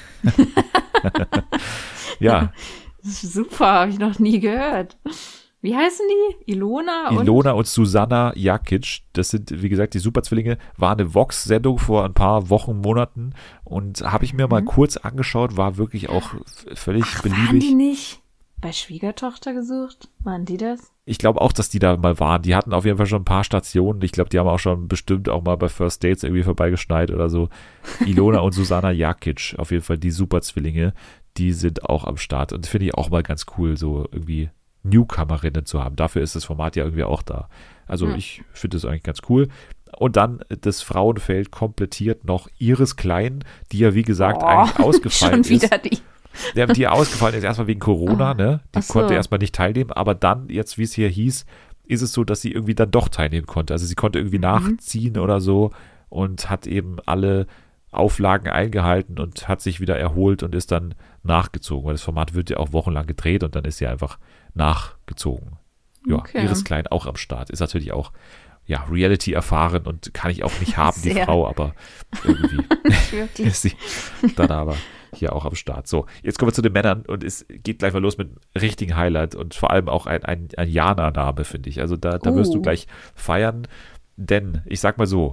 Ja, Super, habe ich noch nie gehört. Wie heißen die? Ilona und? Ilona und Susanna Jakic, das sind, wie gesagt, die Superzwillinge, war eine Vox-Sendung vor ein paar Wochen, Monaten, und habe ich mir mal kurz angeschaut, war wirklich auch völlig Waren die beliebig. nicht bei Schwiegertochter gesucht? Waren die das? Ich glaube auch, dass die da mal waren. Die hatten auf jeden Fall schon ein paar Stationen. Ich glaube, die haben auch schon bestimmt auch mal bei First Dates irgendwie vorbeigeschneit oder so. Ilona und Susanna Jakic, auf jeden Fall die Superzwillinge, die sind auch am Start. Und finde ich auch mal ganz cool, so irgendwie Newcomerinnen zu haben. Dafür ist das Format ja irgendwie auch da. Also ich finde das eigentlich ganz cool. Und dann das Frauenfeld komplettiert noch Iris Klein, die ja wie gesagt eigentlich ausgefallen schon wieder ist. die. Die ausgefallen ist erstmal wegen Corona, ne? Die Ach so. konnte erstmal nicht teilnehmen, aber dann, jetzt wie es hier hieß, ist es so, dass sie irgendwie dann doch teilnehmen konnte. Also sie konnte irgendwie nachziehen oder so und hat eben alle Auflagen eingehalten und hat sich wieder erholt und ist dann nachgezogen, weil das Format wird ja auch wochenlang gedreht und dann ist sie einfach nachgezogen. Ja, Okay. Iris Klein auch am Start, ist natürlich auch Reality erfahren und kann ich auch nicht haben, die Sehr. Frau, aber irgendwie Wirklich. ist sie dann aber hier auch am Start. So, jetzt kommen wir zu den Männern und es geht gleich mal los mit einem richtigen Highlight und vor allem auch ein Jana-Name, finde ich. Also da wirst du gleich feiern, denn ich sag mal so,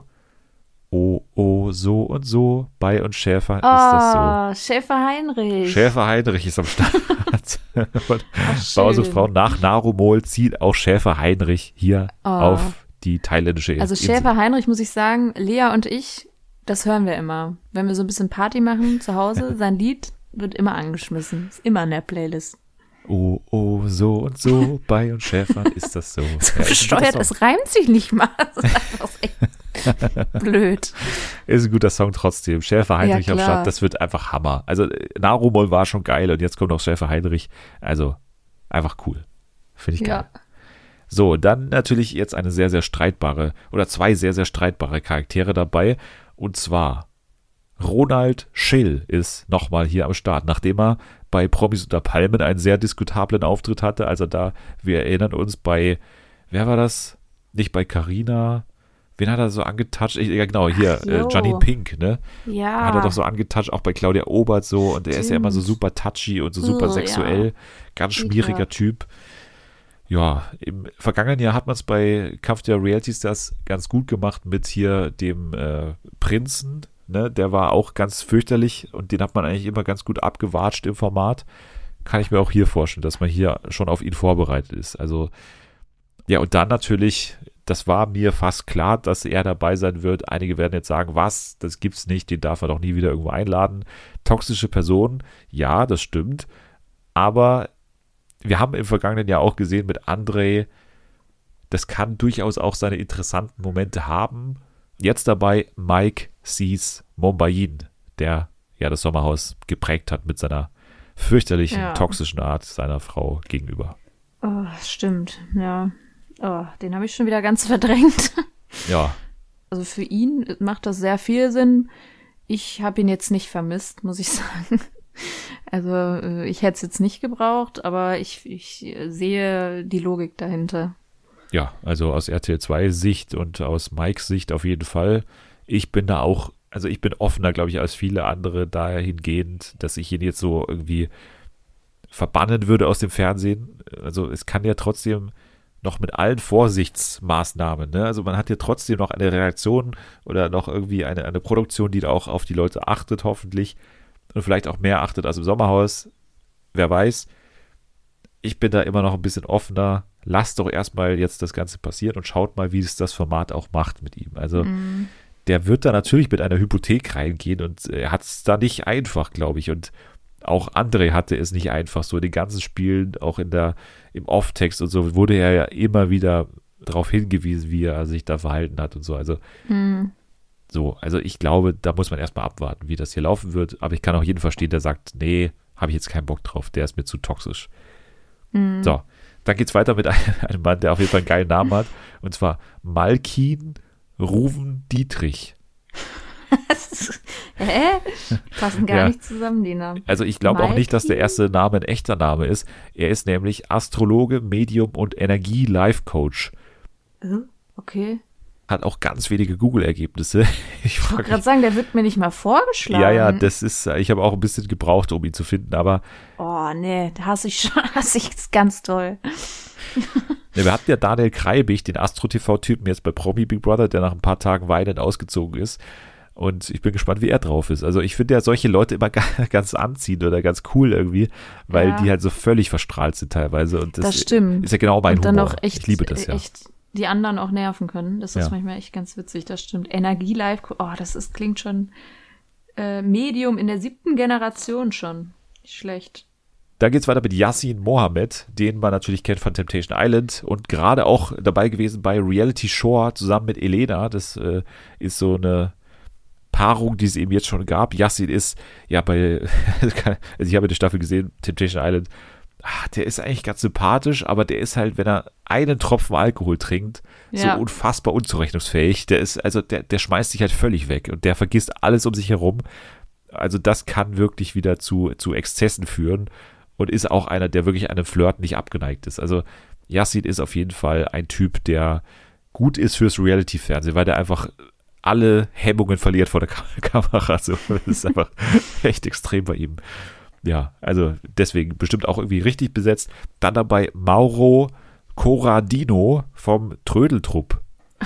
oh, so und so, bei und Schäfer ist das so. Oh, Schäfer Heinrich. Schäfer Heinrich ist am Start. Und Ach, Bausuchtfrau nach Narumol zieht auch Schäfer Heinrich hier Oh. auf die thailändische Also Insel. Schäfer Heinrich, muss ich sagen, Lea und ich, das hören wir immer. Wenn wir so ein bisschen Party machen zu Hause, sein Lied wird immer angeschmissen. Ist immer in der Playlist. Oh, so und so, bei und Schäfern ist das so. So Ja, ist ein guter bescheuert, Song. es reimt sich nicht mal. Das ist einfach echt blöd. Ist ein guter Song trotzdem. Schäfer Heinrich Ja, am klar. Start, das wird einfach Hammer. Also Narumol war schon geil und jetzt kommt noch Schäfer Heinrich. Also einfach cool. Finde ich geil. Ja. So, dann natürlich jetzt eine sehr, sehr streitbare oder zwei sehr, sehr streitbare Charaktere dabei. Und zwar Ronald Schill ist nochmal hier am Start, nachdem er bei Promis unter Palmen einen sehr diskutablen Auftritt hatte. Also da, wir erinnern uns bei, wer war das? Nicht bei Carina. Wen hat er so angetatscht? Ja, genau, hier, Ach, jo. Janine Pink, ne? Ja. Hat er doch so angetatscht, auch bei Claudia Obert so. Und er ist ja immer so Stimmt. super touchy und so super Oh, sexuell. ja. Ganz schmieriger Ekelhaft. Typ. Ja, im vergangenen Jahr hat man es bei Kampf der Reality Stars ganz gut gemacht mit hier dem Prinzen, ne? Der war auch ganz fürchterlich und den hat man eigentlich immer ganz gut abgewatscht im Format. Kann ich mir auch hier vorstellen, dass man hier schon auf ihn vorbereitet ist. Also, ja, und dann natürlich, das war mir fast klar, dass er dabei sein wird. Einige werden jetzt sagen, was, das gibt's nicht, den darf man doch nie wieder irgendwo einladen. Toxische Personen, ja, das stimmt, aber wir haben im vergangenen Jahr auch gesehen mit André, das kann durchaus auch seine interessanten Momente haben. Jetzt dabei Mike Sees Mombayin, der ja das Sommerhaus geprägt hat mit seiner fürchterlichen, Ja. toxischen Art seiner Frau gegenüber. Oh, stimmt, ja. Oh, den habe ich schon wieder ganz verdrängt. Ja, Also für ihn macht das sehr viel Sinn. Ich habe ihn jetzt nicht vermisst, muss ich sagen. Also ich hätte es jetzt nicht gebraucht, aber ich sehe die Logik dahinter. ja, also aus RTL 2 Sicht und aus Mikes Sicht auf jeden Fall. Ich bin da auch, also ich bin offener, glaube ich, als viele andere dahingehend, dass ich ihn jetzt so irgendwie verbannen würde aus dem Fernsehen. Also es kann ja trotzdem noch mit allen Vorsichtsmaßnahmen, ne? Also man hat ja trotzdem noch eine Reaktion oder noch irgendwie eine Produktion, die da auch auf die Leute achtet, hoffentlich. Und vielleicht auch mehr achtet als im Sommerhaus. Wer weiß. Ich bin da immer noch ein bisschen offener. Lasst doch erstmal jetzt das Ganze passieren und schaut mal, wie es das Format auch macht mit ihm. Also der wird da natürlich mit einer Hypothek reingehen und er hat es da nicht einfach, glaube ich. Und auch André hatte es nicht einfach. So in den ganzen Spielen, auch im Off-Text und so, wurde er ja immer wieder darauf hingewiesen, wie er sich da verhalten hat und so. Also so, also ich glaube, da muss man erstmal abwarten, wie das hier laufen wird. Aber ich kann auch jeden verstehen, der sagt, nee, habe ich jetzt keinen Bock drauf, der ist mir zu toxisch. So, dann geht's weiter mit einem Mann, der auf jeden Fall einen geilen Namen hat. Und zwar Malkin Ruven Dietrich. Hä? Passen gar Ja. nicht zusammen, die Namen. Also ich glaube auch nicht, dass der Malkin? erste Name ein echter Name ist. Er ist nämlich Astrologe, Medium und Energie-Life-Coach. Okay. Hat auch ganz wenige Google-Ergebnisse. Ich Ich wollte frage gerade mich. sagen, der wird mir nicht mal vorgeschlagen. Ja, das ist, ich habe auch ein bisschen gebraucht, um ihn zu finden, aber Oh, nee, da hasse ich schon, hasse ich ganz toll. ne, wir hatten ja Daniel Kreibich, den Astro-TV-Typen jetzt bei Promi Big Brother, der nach ein paar Tagen weinend ausgezogen ist. Und ich bin gespannt, wie er drauf ist. Also ich finde ja solche Leute immer ganz anziehend oder ganz cool irgendwie, weil Ja. die halt so völlig verstrahlt sind teilweise. Und Das stimmt. ist ja genau mein Und dann Humor. noch echt, Ich liebe das ja. echt die anderen auch nerven können. Das ist Ja. manchmal echt ganz witzig, das stimmt. Energie-Live, oh, klingt schon Medium in der 7. Generation schon. Nicht schlecht. Da geht's weiter mit Yassin Mohammed, den man natürlich kennt von Temptation Island und gerade auch dabei gewesen bei Reality Shore zusammen mit Elena. Das ist so eine Paarung, die es eben jetzt schon gab. Yassin ist ja also ich habe die Staffel gesehen, Temptation Island der ist eigentlich ganz sympathisch, aber der ist halt, wenn er einen Tropfen Alkohol trinkt, so Ja. unfassbar unzurechnungsfähig. Der ist, also der schmeißt sich halt völlig weg und der vergisst alles um sich herum. Also das kann wirklich wieder zu Exzessen führen und ist auch einer, der wirklich einem Flirt nicht abgeneigt ist. Also Yassin ist auf jeden Fall ein Typ, der gut ist fürs Reality-Fernsehen, weil der einfach alle Hemmungen verliert vor der Kamera. So, das ist einfach echt extrem bei ihm. Ja, also deswegen bestimmt auch irgendwie richtig besetzt. Dann dabei Mauro Corradino vom Trödeltrupp.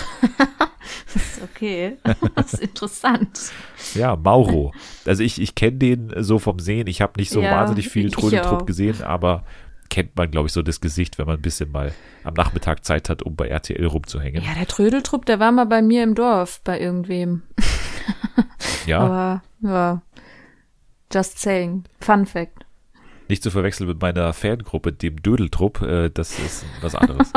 Das ist okay. Das ist interessant. Ja, Mauro. Also ich kenne den so vom Sehen. Ich habe nicht so Ja, wahnsinnig viel ich Trödeltrupp auch. gesehen, aber kennt man, glaube ich, so das Gesicht, wenn man ein bisschen mal am Nachmittag Zeit hat, um bei RTL rumzuhängen. Ja, der Trödeltrupp, der war mal bei mir im Dorf, bei irgendwem. Ja, Aber, ja. Just saying. Fun Fact. nicht zu verwechseln mit meiner Fangruppe, dem Dödeltrupp. Das ist was anderes.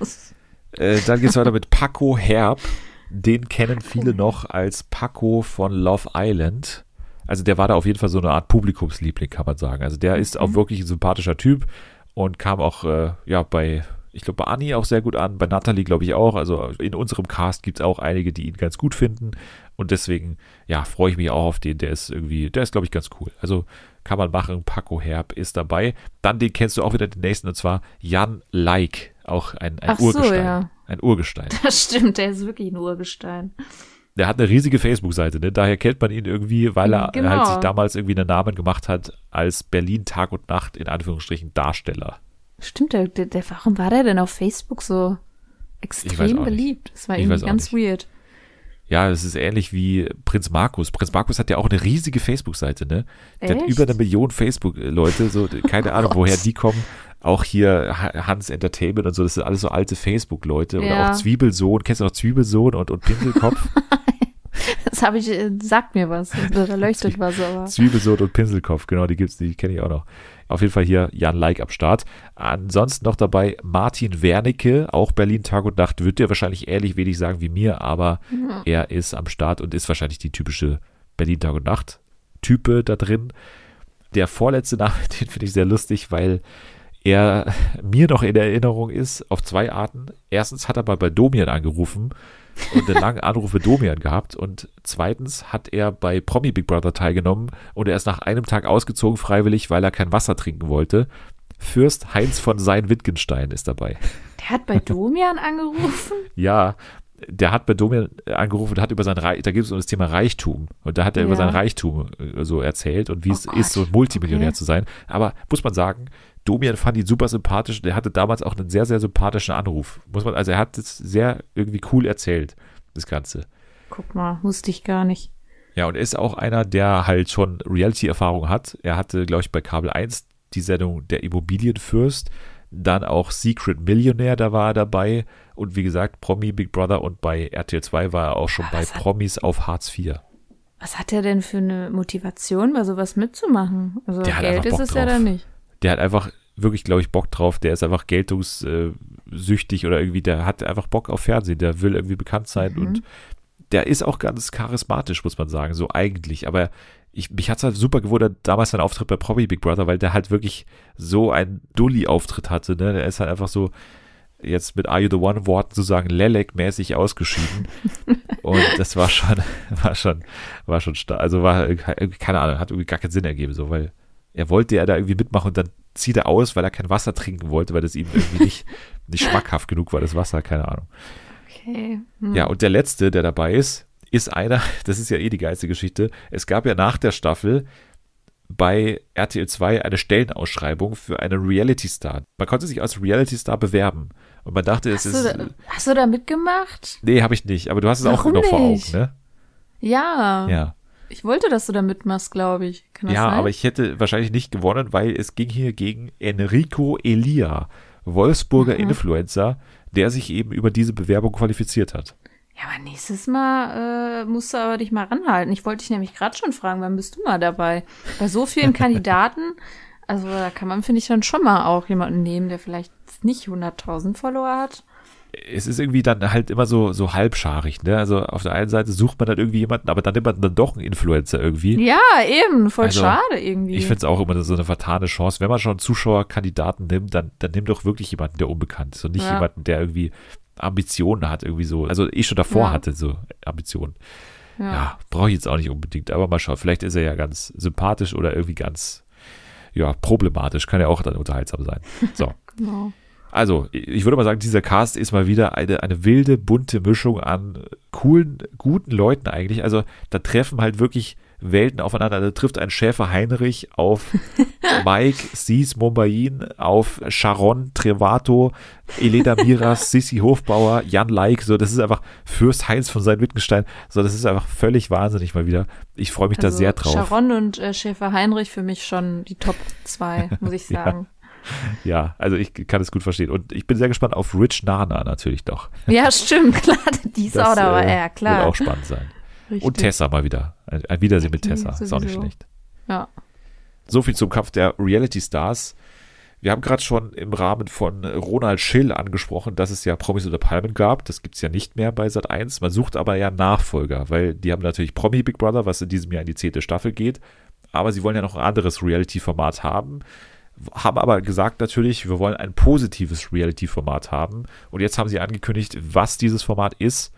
Dann geht's weiter mit Paco Herb. Den kennen viele noch als Paco von Love Island. Also der war da auf jeden Fall so eine Art Publikumsliebling, kann man sagen. Also der ist auch wirklich ein sympathischer Typ und kam auch bei, ich glaube, bei Anni auch sehr gut an, bei Natalie glaube ich auch. Also in unserem Cast gibt es auch einige, die ihn ganz gut finden und deswegen, ja, freue ich mich auch auf den. Der ist glaube ich, ganz cool. Also kann man machen. Paco Herb ist dabei. Dann den kennst du auch wieder, den nächsten, und zwar Jan Like, auch ein Ach so, Urgestein. ja. Ein Urgestein. Das stimmt, der ist wirklich ein Urgestein. Der hat eine riesige Facebook-Seite, ne? Daher kennt man ihn irgendwie, weil er Genau. halt sich damals irgendwie einen Namen gemacht hat als Berlin Tag und Nacht, in Anführungsstrichen, Darsteller. Stimmt, warum war der denn auf Facebook so Ich weiß extrem auch nicht. beliebt? Das war Ich irgendwie weiß auch ganz weird. Ja, es ist ähnlich wie Prinz Markus. Prinz Markus hat ja auch eine riesige Facebook-Seite, ne? Der hat Echt? über 1 Million Facebook-Leute, so, keine Ahnung, woher die kommen. Auch hier Hans Entertainment und so, das sind alles so alte Facebook-Leute. Oder Ja. auch Zwiebelsohn, kennst du noch Zwiebelsohn und Pinselkopf? Das habe ich, sagt mir was. Da leuchtet was, aber. Zwiebelsohn und Pinselkopf, genau, die kenne ich auch noch. Auf jeden Fall hier Jan Like am Start. Ansonsten noch dabei Martin Wernicke, auch Berlin Tag und Nacht, wird dir wahrscheinlich ähnlich wenig sagen wie mir, aber er ist am Start und ist wahrscheinlich die typische Berlin Tag und Nacht Type da drin. Der vorletzte Name, den finde ich sehr lustig, weil er mir noch in Erinnerung ist auf 2 Arten. Erstens hat er mal bei Domian angerufen und einen langen Anruf mit Domian gehabt und zweitens hat er bei Promi Big Brother teilgenommen und er ist nach einem Tag ausgezogen freiwillig, weil er kein Wasser trinken wollte. Fürst Heinz von Sein-Wittgenstein ist dabei. Der hat bei Domian angerufen? Ja, der hat bei Domian angerufen und hat über sein da geht es um das Thema Reichtum und da hat er über Ja. sein Reichtum so erzählt und wie es Gott. ist, so ein Multimillionär Okay. zu sein. Aber muss man sagen, Domian fand ihn super sympathisch. Der hatte damals auch einen sehr, sehr sympathischen Anruf. Also er hat es sehr irgendwie cool erzählt, das Ganze. Guck mal, wusste ich gar nicht. Ja, und er ist auch einer, der halt schon Reality-Erfahrung hat. Er hatte, glaube ich, bei Kabel 1 die Sendung Der Immobilienfürst, dann auch Secret Millionaire, da war er dabei. Und wie gesagt, Promi Big Brother und bei RTL 2 war er auch schon bei Promis auf Hartz IV. Was hat er denn für eine Motivation, bei sowas mitzumachen? Also Der hat Geld einfach ist Bock es ja drauf. dann nicht. Der hat einfach wirklich, glaube ich, Bock drauf. Der ist einfach geltungssüchtig oder irgendwie, der hat einfach Bock auf Fernsehen. Der will irgendwie bekannt sein und der ist auch ganz charismatisch, muss man sagen, so eigentlich. Aber mich hat es halt super gewundert, damals sein Auftritt bei Promi Big Brother, weil der halt wirklich so einen Dulli-Auftritt hatte. Ne? Der ist halt einfach so, jetzt mit Are You the One Worten zu sagen, Lelek-mäßig ausgeschieden. Und das war schon stark. Also keine Ahnung, hat irgendwie gar keinen Sinn ergeben, so, weil er wollte ja da irgendwie mitmachen und dann zieht er aus, weil er kein Wasser trinken wollte, weil das ihm irgendwie nicht schmackhaft genug war, das Wasser, keine Ahnung. Okay. Ja, und der letzte, der dabei ist einer, das ist ja eh die geilste Geschichte. Es gab ja nach der Staffel bei RTL 2 eine Stellenausschreibung für einen Reality-Star. Man konnte sich als Reality-Star bewerben. Und man dachte, es ist. Hast du da mitgemacht? Nee, habe ich nicht, aber du hast es auch Warum noch vor Augen, nicht? ne? Ja. Ja. Ich wollte, dass du da mitmachst, glaube ich. Kann das Ja, sein? aber ich hätte wahrscheinlich nicht gewonnen, weil es ging hier gegen Enrico Elia, Wolfsburger Influencer, der sich eben über diese Bewerbung qualifiziert hat. Ja, aber nächstes Mal musst du aber dich mal ranhalten. Ich wollte dich nämlich gerade schon fragen, wann bist du mal dabei? Bei so vielen Kandidaten, also da kann man, finde ich, dann schon mal auch jemanden nehmen, der vielleicht nicht 100.000 Follower hat. es ist irgendwie dann halt immer so halbscharig, ne? Also auf der einen Seite sucht man dann irgendwie jemanden, aber dann nimmt man dann doch einen Influencer irgendwie. Ja, eben, voll Also, schade irgendwie. Ich finde es auch immer so eine vertane Chance. Wenn man schon Zuschauerkandidaten nimmt, dann nimm doch wirklich jemanden, der unbekannt ist und nicht jemanden, der irgendwie Ambitionen hat, irgendwie so. Also ich schon davor hatte so Ambitionen. Ja, brauche ich jetzt auch nicht unbedingt, aber mal schauen. Vielleicht ist er ja ganz sympathisch oder irgendwie ganz, problematisch. Kann ja auch dann unterhaltsam sein. So. Genau. Also, ich würde mal sagen, dieser Cast ist mal wieder eine wilde, bunte Mischung an coolen, guten Leuten eigentlich. Also, da treffen halt wirklich Welten aufeinander. Da trifft ein Schäfer Heinrich auf Mike Sis Mombain, auf Sharon Trevato, Elena Miras, Sissi Hofbauer, Jan Laik. So, das ist einfach Fürst Heinz von Sein-Wittgenstein. So, das ist einfach völlig wahnsinnig mal wieder. Ich freue mich da sehr drauf. Sharon und Schäfer Heinrich für mich schon die Top 2, muss ich sagen. Ja, also ich kann es gut verstehen. Und ich bin sehr gespannt auf Rich Nana natürlich doch. Ja, stimmt, klar. Die ist auch dabei, ja, klar. Wird auch spannend sein. Richtig. Und Tessa mal wieder. Ein Wiedersehen mit Tessa. Sowieso. Ist auch nicht schlecht. Ja. So viel zum Kampf der Reality Stars. Wir haben gerade schon im Rahmen von Ronald Schill angesprochen, dass es ja Promis unter Palmen gab. Das gibt es ja nicht mehr bei Sat.1. Man sucht aber ja Nachfolger, weil die haben natürlich Promi Big Brother, was in diesem Jahr in die 10. Staffel geht. Aber sie wollen ja noch ein anderes Reality-Format haben. Haben aber gesagt natürlich, wir wollen ein positives Reality-Format haben. Und jetzt haben sie angekündigt, was dieses Format ist.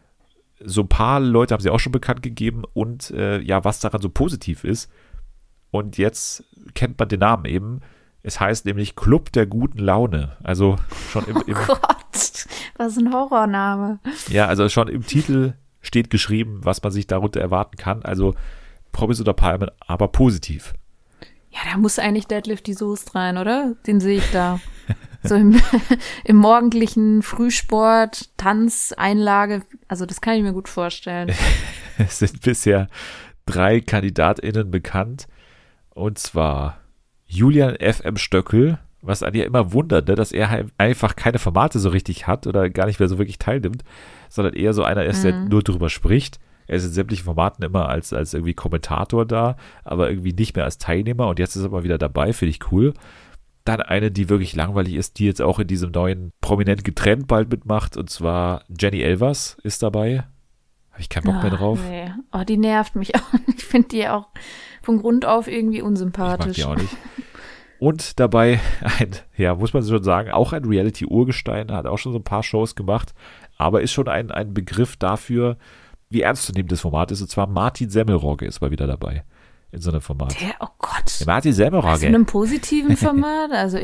So ein paar Leute haben sie auch schon bekannt gegeben und was daran so positiv ist. Und jetzt kennt man den Namen eben. Es heißt nämlich Club der guten Laune. Also schon im Oh Gott, was ein Horrorname. Ja, also schon im Titel steht geschrieben, was man sich darunter erwarten kann. Also Promis unter Palmen, aber positiv. Ja, da muss eigentlich Deadlift die Soest rein, oder? Den sehe ich da. So im morgendlichen Frühsport, Tanzeinlage. Also das kann ich mir gut vorstellen. Es sind bisher 3 KandidatInnen bekannt. Und zwar Julian F.M. Stöckel, was einen ja immer wundert, ne, dass er einfach keine Formate so richtig hat oder gar nicht mehr so wirklich teilnimmt, sondern eher so einer ist, der nur drüber spricht. Er ist in sämtlichen Formaten immer als irgendwie Kommentator da, aber irgendwie nicht mehr als Teilnehmer und jetzt ist er mal wieder dabei, finde ich cool. Dann eine, die wirklich langweilig ist, die jetzt auch in diesem neuen Prominent getrennt bald mitmacht und zwar Jenny Elvers ist dabei. Habe ich keinen Bock mehr drauf. Nee. Oh, die nervt mich auch. Ich finde die auch von Grund auf irgendwie Ich unsympathisch. mag die auch nicht. Und dabei muss man schon sagen, auch ein Reality-Urgestein, hat auch schon so ein paar Shows gemacht, aber ist schon ein Begriff dafür, wie ernstzunehmend das Format ist. Und zwar Martin Semmelrogge ist mal wieder dabei in so einem Format. Oh Gott. Der Martin Semmelrogge. In einem positiven Format? Also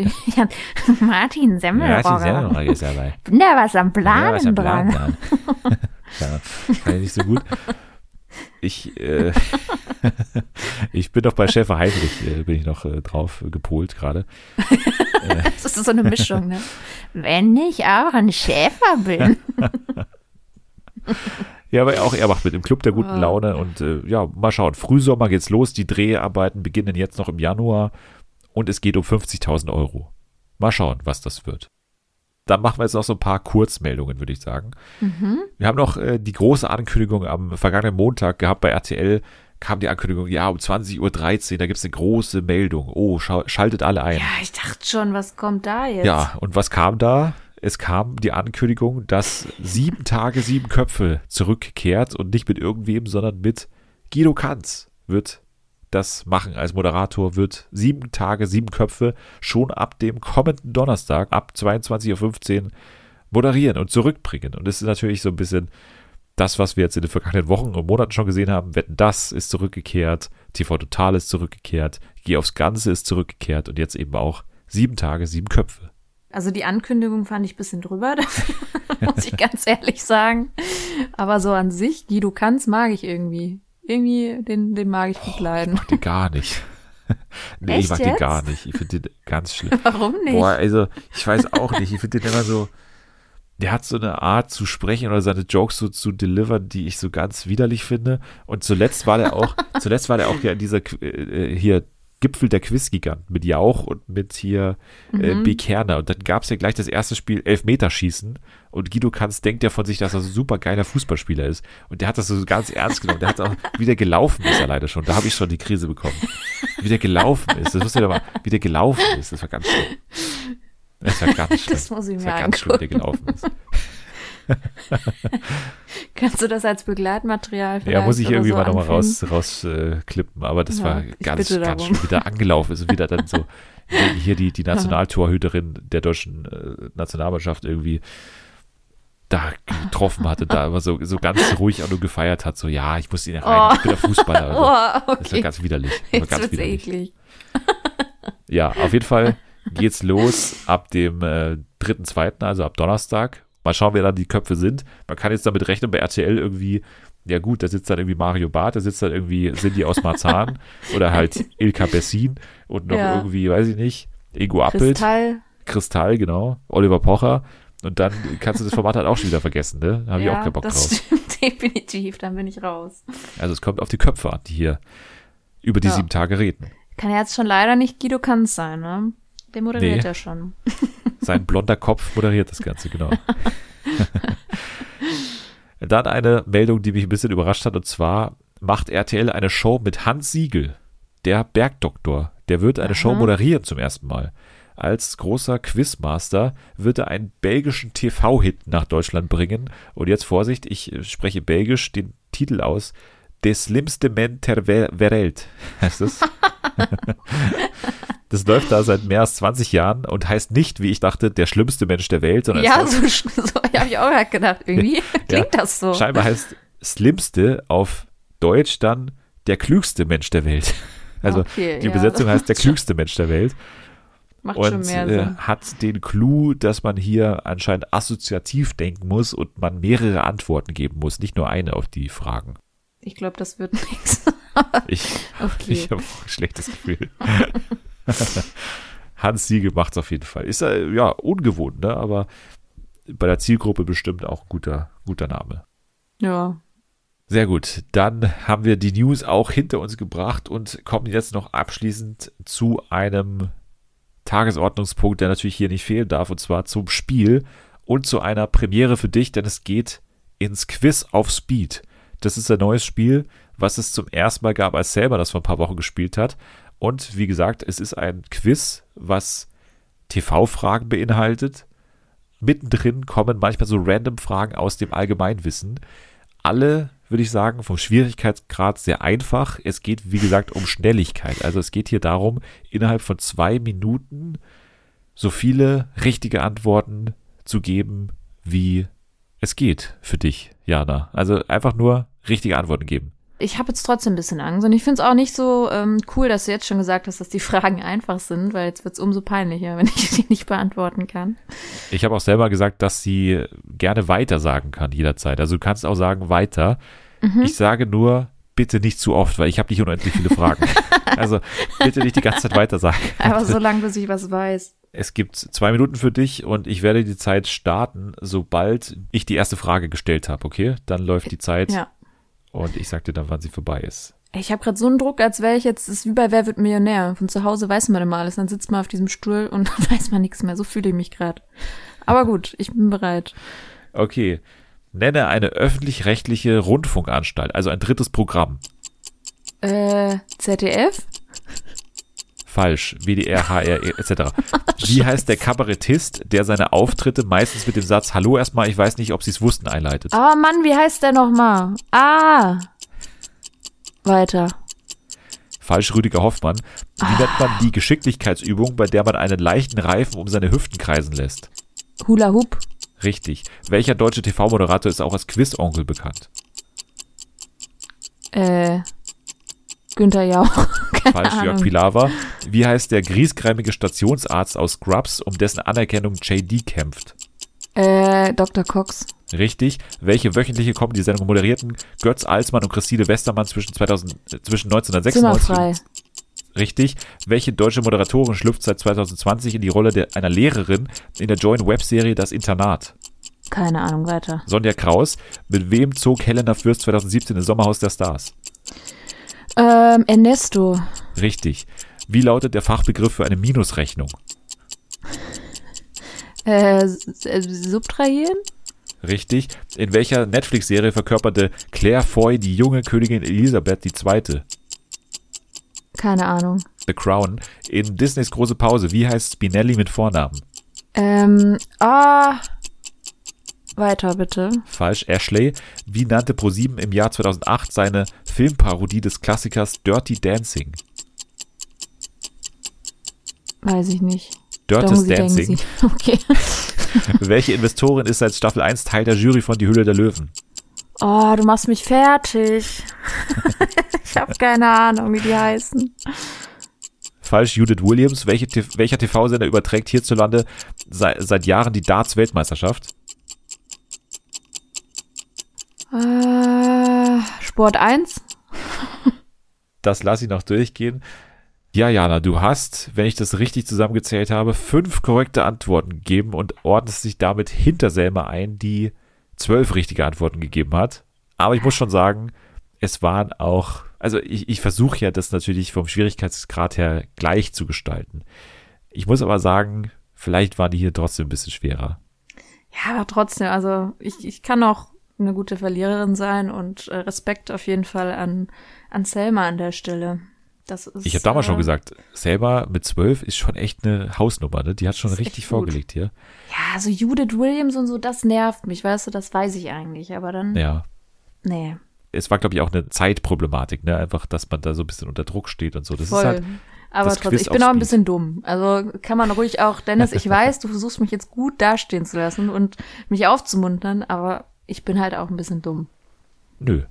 Martin Semmelrogge. Martin Semmelrogge ist dabei. Bin da was am Ja, Planen was am dran. Plan dran. Ja, kann ich nicht so gut. Ich bin doch bei Schäfer Heinrich, bin ich noch drauf gepolt gerade. Das ist so eine Mischung, ne? Wenn ich auch ein Schäfer bin. Ja, aber auch er macht mit im Club der guten Laune und mal schauen. Frühsommer geht's los, die Dreharbeiten beginnen jetzt noch im Januar und es geht um 50.000 €. Mal schauen, was das wird. Dann machen wir jetzt noch so ein paar Kurzmeldungen, würde ich sagen. Wir haben noch die große Ankündigung am vergangenen Montag gehabt bei RTL, kam die Ankündigung, um 20.13 Uhr, da gibt es eine große Meldung. Oh, schaltet alle ein. Ja, ich dachte schon, was kommt da jetzt? Ja, und was kam da? Es kam die Ankündigung, dass 7 Tage, 7 Köpfe zurückkehrt und nicht mit irgendwem, sondern mit Guido Kanz wird das machen als Moderator, wird 7 Tage, 7 Köpfe schon ab dem kommenden Donnerstag ab 22.15 Uhr moderieren und zurückbringen. Und das ist natürlich so ein bisschen das, was wir jetzt in den vergangenen Wochen und Monaten schon gesehen haben. Wetten, das ist zurückgekehrt, TV Total ist zurückgekehrt, Geh aufs Ganze ist zurückgekehrt und jetzt eben auch 7 Tage, 7 Köpfe. Also die Ankündigung fand ich ein bisschen drüber dafür, muss ich ganz ehrlich sagen. Aber so an sich, Guido Kanz mag ich irgendwie. Irgendwie, den mag ich gut leiden. Ich mag den gar nicht. Nee, Echt ich mag den jetzt? gar nicht. Ich finde den ganz schlimm. Warum nicht? Boah, also, ich weiß auch nicht. Ich finde den immer so, der hat so eine Art zu sprechen oder seine Jokes so zu delivern, die ich so ganz widerlich finde. Und zuletzt war er auch ja in dieser hier Gipfel der Quizgiganten mit Jauch und mit hier B. Kerner. Und dann gab es ja gleich das erste Spiel Elfmeterschießen. Und Guido Kanz denkt ja von sich, dass er so ein super geiler Fußballspieler ist. Und der hat das so ganz ernst genommen. Der hat auch, wie der gelaufen ist er leider schon. Da habe ich schon die Krise bekommen. Wie der gelaufen ist. Das wusste ihr doch mal, wie der gelaufen ist. Das war ganz schlimm. Das war ganz schlimm. Das muss ich Das mir war ganz schlimm, wie der angucken. gelaufen ist. Kannst du das als Begleitmaterial vielleicht Ja, muss ich oder irgendwie so mal nochmal anfügen? rausklippen, aber das Ja, war ich ganz, bitte ganz darum. schön, wie der angelaufen ist und wieder dann so hier die Nationaltorhüterin der deutschen Nationalmannschaft irgendwie da getroffen hatte, da aber so ganz ruhig auch nur gefeiert hat, so ja, ich muss ihn rein, ich bin der Fußballer. Also, Oh, Das war okay. ganz widerlich. Das war Jetzt ganz wird's widerlich. eklig. Ja, auf jeden Fall geht's los ab dem 3.2., also ab Donnerstag. Mal schauen, wer dann die Köpfe sind. Man kann jetzt damit rechnen, bei RTL irgendwie, ja gut, da sitzt dann irgendwie Mario Barth, da sitzt dann irgendwie Cindy aus Marzahn oder halt Ilka Bessin und noch Ja. irgendwie, weiß ich nicht, Ingo Appelt, Kristall, genau, Oliver Pocher. Und dann kannst du das Format halt auch schon wieder vergessen, ne? Da habe ich auch keinen Bock das drauf. stimmt definitiv, dann bin ich raus. Also es kommt auf die Köpfe an, die hier über die Ja. 7 Tage reden. Kann ja jetzt schon leider nicht Guido Kanz sein, ne? Der moderiert Nee. ja schon. Sein blonder Kopf moderiert das Ganze, genau. Dann eine Meldung, die mich ein bisschen überrascht hat, und zwar macht RTL eine Show mit Hans Siegel, der Bergdoktor. Der wird eine Show moderieren zum ersten Mal. Als großer Quizmaster wird er einen belgischen TV-Hit nach Deutschland bringen. Und jetzt Vorsicht, ich spreche belgisch den Titel aus. De slimste man ter Welt heißt es. Das läuft da seit mehr als 20 Jahren und heißt nicht, wie ich dachte, der schlimmste Mensch der Welt, sondern Ja, es heißt, so habe ich auch gerade gedacht. Irgendwie klingt das so. scheinbar heißt Slimste auf Deutsch dann der klügste Mensch der Welt. Also Okay, die ja. Übersetzung heißt der klügste Mensch der Welt Macht schon und mehr Sinn. hat den Clou, dass man hier anscheinend assoziativ denken muss und man mehrere Antworten geben muss, nicht nur eine auf die Fragen. Ich glaube, das wird nichts. Ich Okay. habe ein schlechtes Gefühl. Hans Siegel macht es auf jeden Fall. Ist ja ungewohnt, ne? Aber bei der Zielgruppe bestimmt auch guter Name. Ja. Sehr gut. Dann haben wir die News auch hinter uns gebracht und kommen jetzt noch abschließend zu einem Tagesordnungspunkt, der natürlich hier nicht fehlen darf, und zwar zum Spiel und zu einer Premiere für dich, denn es geht ins Quiz auf Speed. Das ist ein neues Spiel, was es zum ersten Mal gab, als Selber das vor ein paar Wochen gespielt hat. Und wie gesagt, es ist ein Quiz, was TV-Fragen beinhaltet. Mittendrin kommen manchmal so random Fragen aus dem Allgemeinwissen. Alle, würde ich sagen, vom Schwierigkeitsgrad sehr einfach. Es geht, wie gesagt, um Schnelligkeit. Also es geht hier darum, innerhalb von 2 Minuten so viele richtige Antworten zu geben, wie es geht für dich, Jana. Also einfach nur richtige Antworten geben. Ich habe jetzt trotzdem ein bisschen Angst und ich finde es auch nicht so cool, dass du jetzt schon gesagt hast, dass die Fragen einfach sind, weil jetzt wird es umso peinlicher, wenn ich die nicht beantworten kann. Ich habe auch selber gesagt, dass sie gerne weiter sagen kann jederzeit. Also du kannst auch sagen weiter. Ich sage nur, bitte nicht zu oft, weil ich habe nicht unendlich viele Fragen. Also bitte nicht die ganze Zeit weiter sagen. Aber so lange, bis ich was weiß. Es gibt 2 Minuten für dich und ich werde die Zeit starten, sobald ich die erste Frage gestellt habe, okay? Dann läuft die Zeit Ja. und ich sag dir dann, wann sie vorbei ist. Ich habe gerade so einen Druck, als wäre ich jetzt, das ist wie bei Wer wird Millionär. Von zu Hause weiß man immer alles, dann sitzt man auf diesem Stuhl und dann weiß man nichts mehr. So fühle ich mich gerade. Aber gut, ich bin bereit. Okay, nenne eine öffentlich-rechtliche Rundfunkanstalt, also ein drittes Programm. ZDF? Falsch, WDR, HR etc. Wie heißt der Kabarettist, der seine Auftritte meistens mit dem Satz Hallo erstmal, ich weiß nicht, ob Sie es wussten, einleitet? Aber Mann, wie heißt der nochmal? Weiter. Falsch, Rüdiger Hoffmann. Wie nennt man die Geschicklichkeitsübung, bei der man einen leichten Reifen um seine Hüften kreisen lässt? Hula Hoop. Richtig. Welcher deutsche TV-Moderator ist auch als Quiz-Onkel bekannt? Günther Jauch. Keine Falsch, Jörg Ahnung. Pilawa. Wie heißt der griesgrämige Stationsarzt aus Scrubs, um dessen Anerkennung JD kämpft? Dr. Cox. Richtig. Welche wöchentliche Comedy-Sendung moderierten Götz Alsmann und Christine Westermann zwischen 1996 Zimmerfrei. Richtig. Welche deutsche Moderatorin schlüpft seit 2020 in die Rolle einer Lehrerin in der Join-Web-Serie Das Internat? Keine Ahnung, weiter. Sonja Kraus. Mit wem zog Helena Fürst 2017 ins Sommerhaus der Stars? Ernesto. Richtig. Wie lautet der Fachbegriff für eine Minusrechnung? Subtrahieren? Richtig. In welcher Netflix-Serie verkörperte Claire Foy die junge Königin Elisabeth II.? Keine Ahnung. The Crown. In Disneys Große Pause, wie heißt Spinelli mit Vornamen? Weiter bitte. Falsch. Ashley. Wie nannte ProSieben im Jahr 2008 seine Filmparodie des Klassikers Dirty Dancing? Weiß ich nicht. Dirty Denken Dancing. Sie. Okay. Welche Investorin ist seit Staffel 1 Teil der Jury von Die Höhle der Löwen? Oh, du machst mich fertig. Ich habe keine Ahnung, wie die heißen. Falsch. Judith Williams. Welcher TV-Sender überträgt hierzulande seit Jahren die Darts-Weltmeisterschaft? Sport 1? Das lasse ich noch durchgehen. Ja, Jana, du hast, wenn ich das richtig zusammengezählt habe, 5 korrekte Antworten gegeben und ordnest dich damit hinter Selma ein, die 12 richtige Antworten gegeben hat. Aber ich muss schon sagen, es waren auch, also ich versuche ja das natürlich vom Schwierigkeitsgrad her gleich zu gestalten. Ich muss aber sagen, vielleicht waren die hier trotzdem ein bisschen schwerer. Ja, aber trotzdem, also ich kann auch eine gute Verliererin sein und Respekt auf jeden Fall an Selma an der Stelle. Das ist, ich habe damals schon gesagt, Selma mit 12 ist schon echt eine Hausnummer, ne? Die hat schon richtig vorgelegt hier. Ja, also Judith Williams und so, das nervt mich, weißt du, das weiß ich eigentlich, aber dann, Ja. nee. Es war, glaube ich, auch eine Zeitproblematik, ne? Einfach, dass man da so ein bisschen unter Druck steht und so. Das Voll. ist halt Aber das trotzdem, Quiz ich bin auf auch ein Speed. bisschen dumm. Also kann man ruhig auch, Dennis, ich weiß, du versuchst mich jetzt gut dastehen zu lassen und mich aufzumuntern, aber ich bin halt auch ein bisschen dumm. Nö.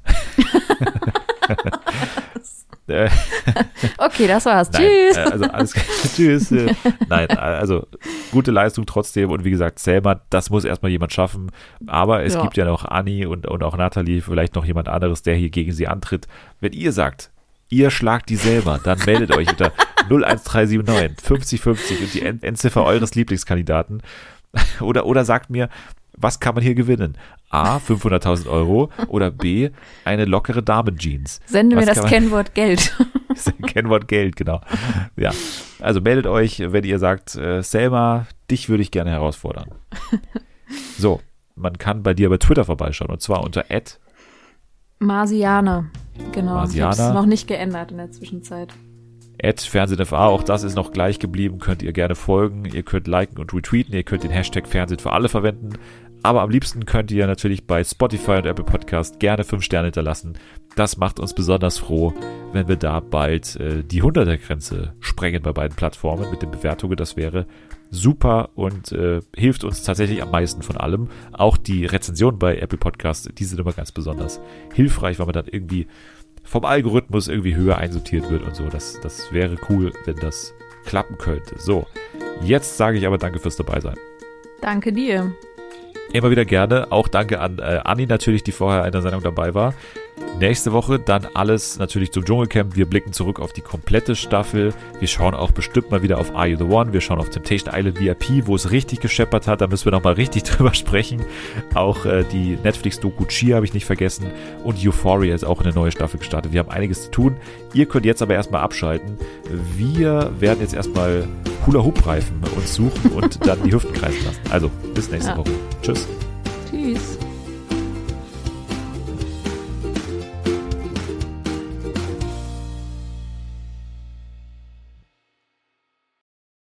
Okay, das war's. Nein, Tschüss. Also alles tschüss. Nein, also gute Leistung trotzdem und wie gesagt, Selma, das muss erstmal jemand schaffen, aber es gibt ja noch Anni und auch Nathalie, vielleicht noch jemand anderes, der hier gegen sie antritt. Wenn ihr sagt, ihr schlagt die Selma, dann meldet euch unter 01379 50 50 und die Endziffer eures Lieblingskandidaten oder sagt mir, was kann man hier gewinnen? A, 500.000 € oder B, eine lockere Damenjeans. Sende mir Was das kann man- Kennwort Geld. Kennwort Geld, genau. Ja, also meldet euch, wenn ihr sagt, Selma, dich würde ich gerne herausfordern. So, man kann bei dir bei Twitter vorbeischauen und zwar unter Marsianer. Genau. Marsianer. Ich habe es noch nicht geändert in der Zwischenzeit. @FernsehenFA, auch das ist noch gleich geblieben, könnt ihr gerne folgen, ihr könnt liken und retweeten, ihr könnt den Hashtag Fernsehen für alle verwenden, aber am liebsten könnt ihr natürlich bei Spotify und Apple Podcast gerne 5 Sterne hinterlassen. Das macht uns besonders froh, wenn wir da bald die 100er-Grenze sprengen bei beiden Plattformen mit den Bewertungen. Das wäre super und hilft uns tatsächlich am meisten von allem. Auch die Rezensionen bei Apple Podcast, die sind immer ganz besonders hilfreich, weil man dann irgendwie vom Algorithmus irgendwie höher einsortiert wird und so. Das wäre cool, wenn das klappen könnte. So, jetzt sage ich aber danke fürs Dabeisein. Danke dir. Immer wieder gerne. Auch danke an Anni natürlich, die vorher in der Sendung dabei war. Nächste Woche dann alles natürlich zum Dschungelcamp. Wir blicken zurück auf die komplette Staffel. Wir schauen auch bestimmt mal wieder auf Are You The One? Wir schauen auf Temptation Island VIP, wo es richtig gescheppert hat. Da müssen wir nochmal richtig drüber sprechen. Auch die Netflix-Doku Cheer habe ich nicht vergessen. Und Euphoria ist auch eine neue Staffel gestartet. Wir haben einiges zu tun. Ihr könnt jetzt aber erstmal abschalten. Wir werden jetzt erstmal Hula-Hoop-Reifen uns suchen und dann die Hüften kreisen lassen. Also, bis nächste Woche. Tschüss. Tschüss.